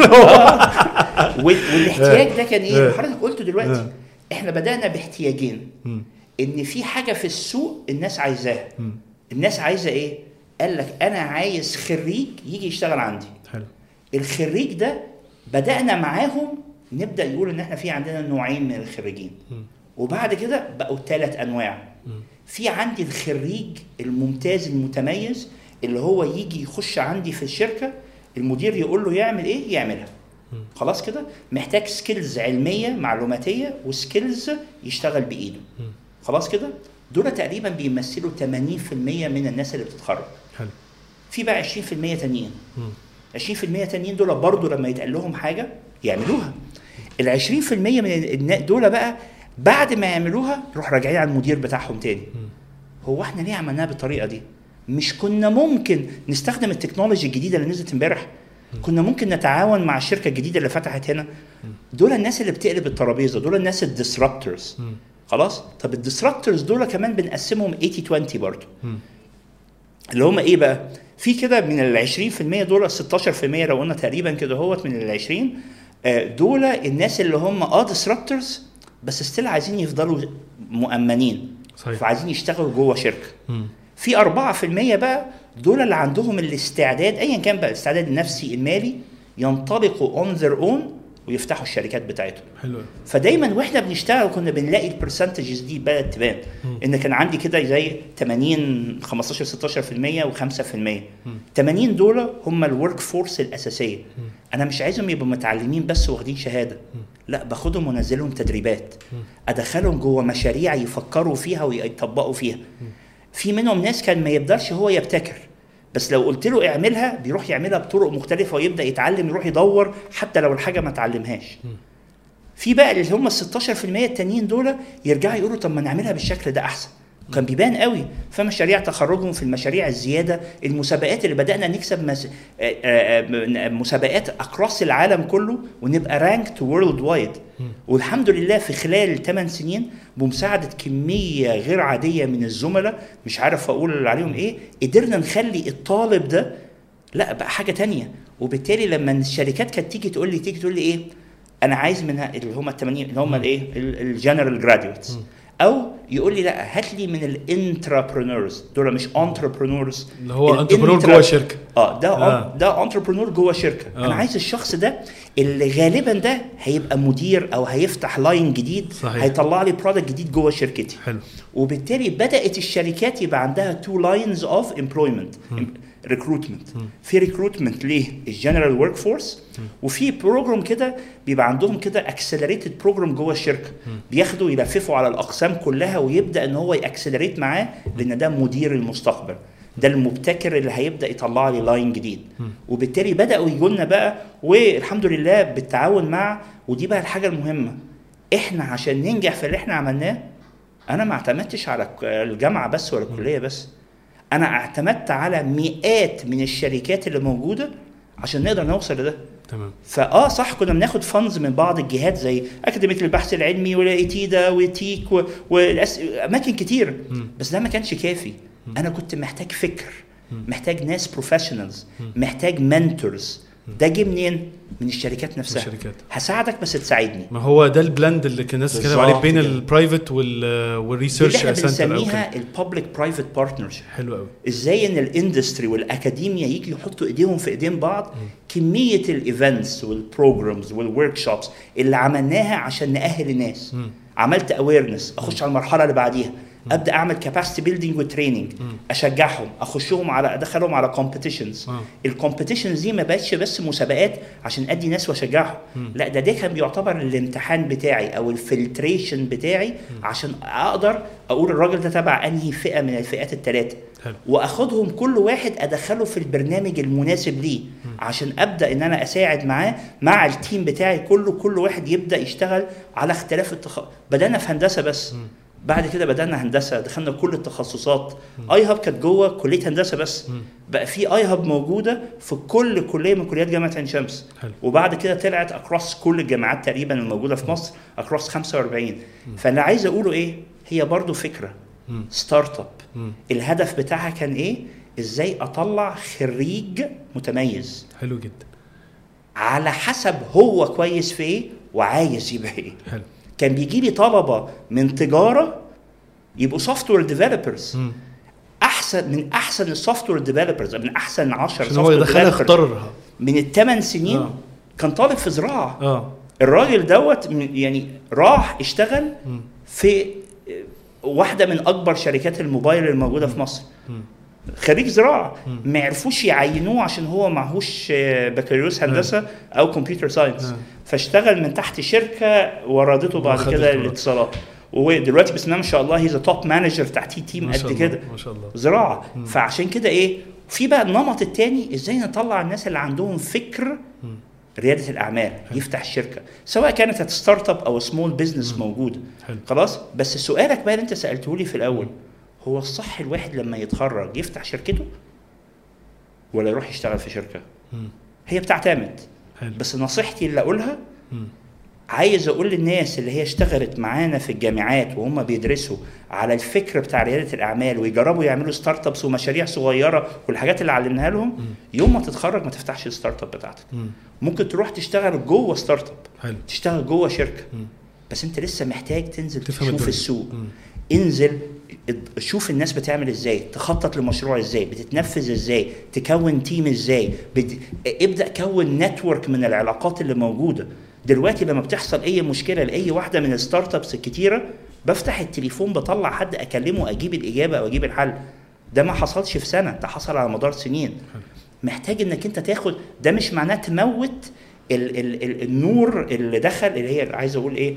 والاحتياج ده كان ايه حضرتك قلته دلوقتي؟ احنا بدانا باحتياجين. ان في حاجه في السوق الناس عايزاها. الناس عايزه ايه؟ قال لك انا عايز خريج يجي يشتغل عندي. حلو. الخريج ده بدانا معاهم نبدا يقول ان احنا في عندنا نوعين من الخريجين، وبعد كده بقوا 3 انواع. في عندي الخريج الممتاز المتميز اللي هو يجي يخش عندي في الشركه، المدير يقول له يعمل ايه يعملها. خلاص كده، محتاج سكيلز علميه معلوماتيه وسكيلز يشتغل بايده. خلاص كده، دول تقريبا بيمثلوا 80% من الناس اللي بتتخرج. حلو. في بقى 20% تانيين. 20% تانيين دول برضو لما يتقال لهم حاجه يعملوها. ال 20% من دول بقى بعد ما يعملوها يروح راجعين على المدير بتاعهم تاني. هو احنا ليه عملناها بالطريقه دي؟ مش كنا ممكن نستخدم التكنولوجي الجديده اللي نزلت امبارح؟ كنا ممكن نتعاون مع الشركه الجديده اللي فتحت هنا. دول الناس اللي بتقلب الترابيزه، دول الناس الديسربتورز. خلاص. طب الديسربتورز دول كمان بنقسمهم 80-20 برضو. اللي هم ايه بقى؟ في كده من ال 20% دول 16% لو قلنا تقريبا كده هوت من ال 20 دول الناس اللي هم ديسربتورز بس ستيل عايزين يفضلوا مؤمنين. صحيح. فعايزين يشتغلوا جوه شركه. في 4% بقى دول اللي عندهم الاستعداد ايا كان بقى الاستعداد النفسي المالي ينطلقوا اون ذير اون ويفتحوا الشركات بتاعتهم. حلو. فدايما واحنا بنشتغل كنا بنلاقي البرسنتجز دي بدات تبان. ان كان عندي كده زي 80 15 16% و5%. 80 دول هم الورك فورس الاساسيه. انا مش عايزهم يبقوا متعلمين بس واخدين شهاده، لا باخدهم ونزلهم تدريبات، ادخلهم جوه مشاريع يفكروا فيها ويطبقوا فيها. في منهم ناس كان ما يقدرش هو يبتكر، بس لو قلت له اعملها بيروح يعملها بطرق مختلفه ويبدا يتعلم، يروح يدور حتى لو الحاجه ما اتعلمهاش. في بقى اللي هم 16% التانيين دول يرجعوا يقولوا طب ما نعملها بالشكل ده احسن. كان بيبان قوي في مشاريع تخرجهم، في المشاريع الزياده، المسابقات اللي بدانا نكسب مسابقات اكروس العالم كله ونبقى رانكت وورلد وايد. والحمد لله في خلال 8 سنين بمساعده كميه غير عاديه من الزملاء مش عارف اقول عليهم ايه، قدرنا نخلي الطالب ده لا بقى حاجه تانية، وبالتالي لما الشركات كانت تيجي تقول لي ايه انا عايز من اللي هم ال80 اللي هم الايه الجنرال جراديويتس او يقول لي لا هات لي من الانتربرونورز دول مش انتربرونورز اللي هو انتربرونور جوه شركه ده انتربرونور جوه شركه انا عايز الشخص ده اللي غالبا ده هيبقى مدير او هيفتح لاين جديد صحيح. هيطلع لي برودكت جديد جوه شركتي حلو. وبالتالي بدات الشركات يبقى عندها تو لاينز اوف امبلويمنت ريكروتمنت في ريكروتمنت للجنرال ورك فورس وفي بروجرام كده بيبقى عندهم كده اكسلريتد بروجرام جوه الشركه بياخدوا يلففوا على الاقسام كلها ويبدا ان هو ياكسلريت معاه لان ده مدير المستقبل ده المبتكر اللي هيبدا يطلع لي لاين جديد وبالتالي بداوا يجوا لنا بقى والحمد لله بالتعاون مع ودي بقى الحاجه المهمه احنا عشان ننجح في اللي احنا عملناه انا ما اعتمدتش على الجامعه بس ولا الكليه بس انا اعتمدت على مئات من الشركات اللي موجوده عشان نقدر نوصل لده تمام صح كنا بناخد فاندز من بعض الجهات زي اكاديميه البحث العلمي والايتيدا وتيك واماكن كتير بس ده ما كانش كافي انا كنت محتاج فكر محتاج ناس بروفيشنالز محتاج منتورز ده جه منين من الشركات نفسها الشركات. هساعدك بس تساعدني ما هو ده البلند اللي كان الناس بتتكلم عليه بين البرايفت والريسيرش سنتر بنسميها البابليك برايفت بارتنرشيب حلو قوي ازاي ان الاندستري والاكاديميا يجي يحطوا ايديهم في ايدين بعض كميه الايفنتس والبروجرامز والورك شوبس اللي عملناها عشان نأهل الناس عملت اويرنس اخش على المرحله اللي بعديها ابدا اعمل كاباسيتي بيلدينج وتريننج اشجعهم اخشهم على ادخلهم على كومبيتيشنز الكومبيتيشنز دي ما بقتش بس مسابقات عشان ادي ناس واشجعهم لا ده كان بيعتبر الامتحان بتاعي او الفلتريشن بتاعي عشان اقدر اقول الراجل ده تبع انهي فئه من الفئات الثلاثه واخدهم كل واحد ادخله في البرنامج المناسب ليه عشان ابدا ان انا اساعد معاه مع التيم بتاعي كل واحد يبدا يشتغل على اختلاف بدانا في هندسه بس بعد كده بدأنا هندسة دخلنا كل التخصصات اي هاب كانت جوه كلية هندسة بس بقى في اي هاب موجودة في كل كلية من كليات جامعة عين شمس وبعد كده طلعت اكروس كل الجامعات تقريبا الموجودة في مصر اكروس 45 فاللي عايز اقوله ايه هي برضو فكرة ستارت اب الهدف بتاعها كان ايه ازاي اطلع خريج متميز حلو جدا على حسب هو كويس في ايه وعايز يبقى ايه حلو كان بيجي لي طلبه من تجاره يبقوا سوفت وير ديفلوبرز احسن السوفت وير ديفلوبرز من احسن 10 سوفت وير ديفلوبرز من ال8 سنين كان طالب في زراعه الراجل دوت يعني راح اشتغل في واحده من اكبر شركات الموبايل الموجوده في مصر خريج زراعه ما عرفوش يعينوه عشان هو معهوش بكالوريوس هندسه او كمبيوتر ساينس فاشتغل من تحت شركه وردته بعد كده الاتصالات ودلوقتي بسم الله ما شاء الله هي توب مانجر تحتيه تيم قد كده ما شاء الله زراعه فعشان كده ايه في بقى النمط الثاني ازاي نطلع الناس اللي عندهم فكر رياده الاعمال يفتح الشركه سواء كانت ستارت اب او سمول بزنس موجوده خلاص بس سؤالك بقى اللي انت سالته لي في الاول هو الصح الواحد لما يتخرج يفتح شركته ولا يروح يشتغل في شركه هي بتعتمد بس نصيحتي اللي اقولها عايز اقول للناس اللي هي اشتغلت معانا في الجامعات وهم بيدرسوا على الفكر بتاع رياده الاعمال ويجربوا يعملوا ستارت ابس ومشاريع صغيره والحاجات اللي علمناها لهم يوم ما تتخرج ما تفتحش الستارت اب بتاعتك ممكن تروح تشتغل جوه ستارت اب تشتغل جوه شركه بس انت لسه محتاج تنزل تشوف السوق انزل شوف الناس بتعمل ازاي تخطط لمشروع ازاي بتتنفذ ازاي تكون تيم ازاي ابدأ كون نتورك من العلاقات اللي موجودة دلوقتي لما بتحصل اي مشكلة لاي واحدة من الستارت ابس الكتيرة بفتح التليفون بطلع حد اكلمه اجيب الاجابة او اجيب الحل ده ما حصلش في سنة ده حصل على مدار سنين محتاج انك انت تاخد ده مش معناه تموت النور اللي دخل اللي هي عايز اقول ايه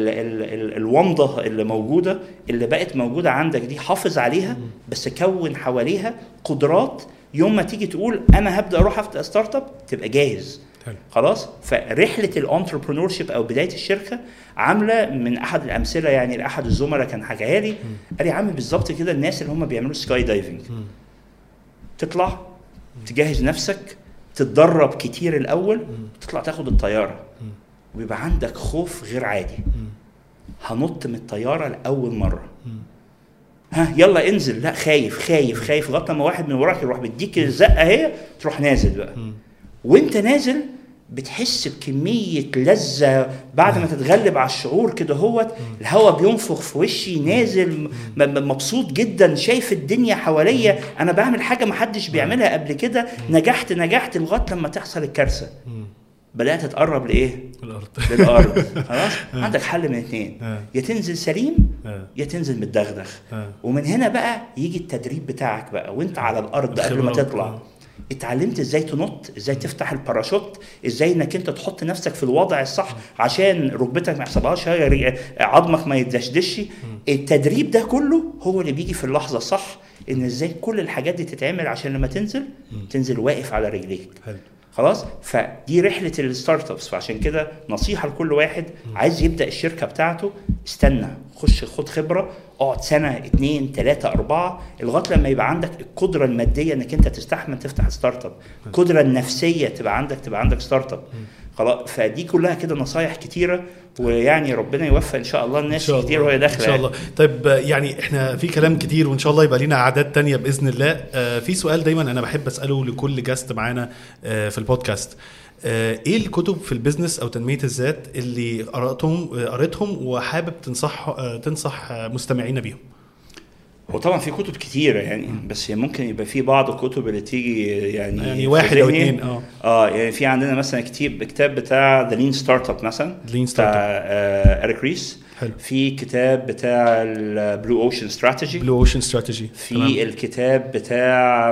الومضه اللي موجوده اللي بقت موجوده عندك دي حافظ عليها بس كون حواليها قدرات يوم ما تيجي تقول انا هبدا اروح افتح ستارت اب تبقى جاهز خلاص فرحله الانتربرنور شيب او بدايه الشركه عامله من احد الامثله يعني لاحد الزملاء كان حكاها لي قال لي عامل بالظبط كده الناس اللي هم بيعملوا سكاي دايفنج تطلع تجهز نفسك تتدرب كتير الاول تطلع تاخد الطياره ويبقى عندك خوف غير عادي هنط من الطياره لاول مره ها يلا انزل لا خايف لغايه لما واحد من وراك يروح بيديك الزقه اهي تروح نازل بقى وانت نازل بتحس بكمية لذة بعد ما تتغلب على الشعور كده. هو الهواء بينفخ في وشي، نازل مبسوط جدا، شايف الدنيا حواليا، انا بعمل حاجة محدش بيعملها قبل كده، نجحت لغاية لما تحصل الكارثة. بدأت تقرب لإيه؟ للأرض. خلاص عندك حل من اتنين، يا تنزل سليم يا تنزل متدغدغ. ومن هنا بقى يجي التدريب بتاعك بقى وانت على الأرض قبل ما تطلع. اتعلمت ازاي تنط، ازاي تفتح الباراشوت، ازاي انك انت تحط نفسك في الوضع الصح عشان ركبتك ما يحصلهاش عظمك ما يتدشدش. التدريب ده كله هو اللي بيجي في اللحظة الصح، ان ازاي كل الحاجات دي تتعمل عشان لما تنزل واقف على رجليك. خلاص. فدي رحلة الستارت ابس. فعشان كده نصيحة لكل واحد عايز يبدأ الشركة بتاعته، استنى، خد خبرة، اقعد سنة 2 3 4 لغاية لما يبقى عندك القدرة المادية انك انت تستحمل تفتح ستارت اب، القدرة النفسية تبقى عندك ستارت اب. خلاص. فدي كلها كده نصايح كتيرة، ويعني ربنا يوفق ان شاء الله الناس كتير وهي داخله ان شاء الله. طيب يعني احنا في كلام كتير وان شاء الله يبقى لينا اعداد تانية باذن الله. في سؤال دايما انا بحب اساله لكل جاست معانا في البودكاست، ايه الكتب في البيزنس او تنميه الذات اللي قرأتهم وحابب تنصح مستمعينا بيهم؟ وطبعا في كتب كتيرة يعني، بس ممكن يبقى في بعض الكتب اللي تيجي يعني واحد او اتنين. يعني في عندنا مثلا كتاب بتاع The Lean Startup مثلا، بتاع إريك ريس. في كتاب بتاع البلو اوشن استراتيجي. في الكتاب بتاع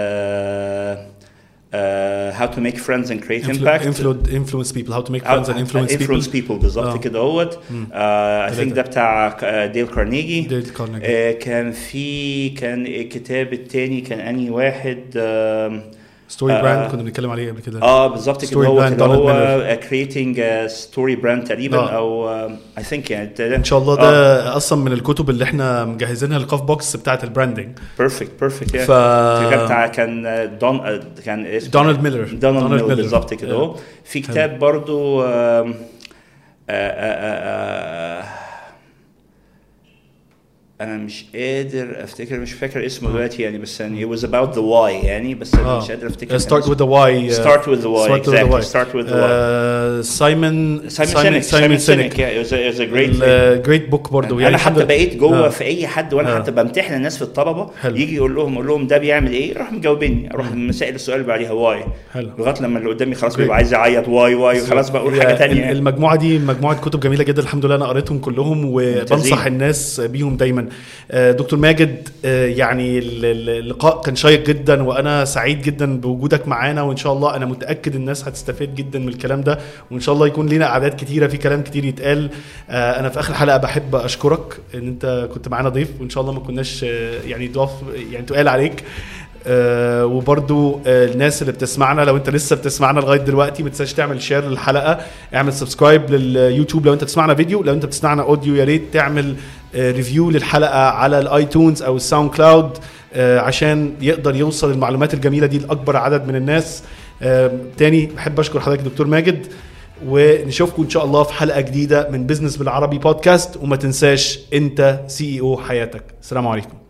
how to make friends and create impact, influence people, how to make friends and influence people. بالظبط كده اهوت. I think ده بتاع ديل كارنيجي. كان الكتاب التاني كان اني واحد ستوري براند كنا بنتكلم عليه قبل كده. بالظبط كده هو creating a story brand تقريبا او I think يعني ان شاء الله ده اصلا من الكتب اللي احنا مجهزينها للقاف بوكس بتاعه البراندنج. perfect كان دونالد ميلر بالظبط كده. في كتاب برضو انا مش قادر افتكر، مش فاكر اسمه دلوقتي يعني، بس يعني it was about the why يعني، بس انا مش قادر افتكر. start with the why Simon Sinek. Yeah, it was a great book برضو يعني. انا حتى بقيت جوه في اي حد وانا حتى بمتحن الناس في الطلبه يجي يقول لهم ده بيعمل ايه، اروح مجاوبني، اروح مسائل السؤال اللي بعديها واي، لغايه لما اللي قدامي خلاص بيبقى عايز يعيط واي خلاص بقول حاجه تانية. المجموعه دي مجموعه كتب جميله جدا الحمد لله، انا قريتهم كلهم وبنصح الناس بيهم دايما. دكتور ماجد يعني اللقاء كان شيق جدا وانا سعيد جدا بوجودك معانا، وان شاء الله انا متاكد الناس هتستفيد جدا من الكلام ده، وان شاء الله يكون لنا اعداد كتيره في كلام كتير يتقال. انا في اخر حلقه بحب اشكرك ان انت كنت معانا ضيف، وان شاء الله ما كناش يعني تقال عليك. وبرضو الناس اللي بتسمعنا، لو انت لسه بتسمعنا لغايه دلوقتي ما تنساش تعمل شير للحلقه، اعمل سبسكرايب لليوتيوب لو انت بتسمعنا فيديو، لو انت بتسمعنا اوديو يا ريت تعمل ريفيو للحلقه على الايتونز او الساوند كلاود عشان يقدر يوصل المعلومات الجميله دي لاكبر عدد من الناس. تاني بحب اشكر حضرتك دكتور ماجد، ونشوفكم ان شاء الله في حلقه جديده من بيزنس بالعربي بودكاست. وما تنساش انت CEO حياتك. السلام عليكم.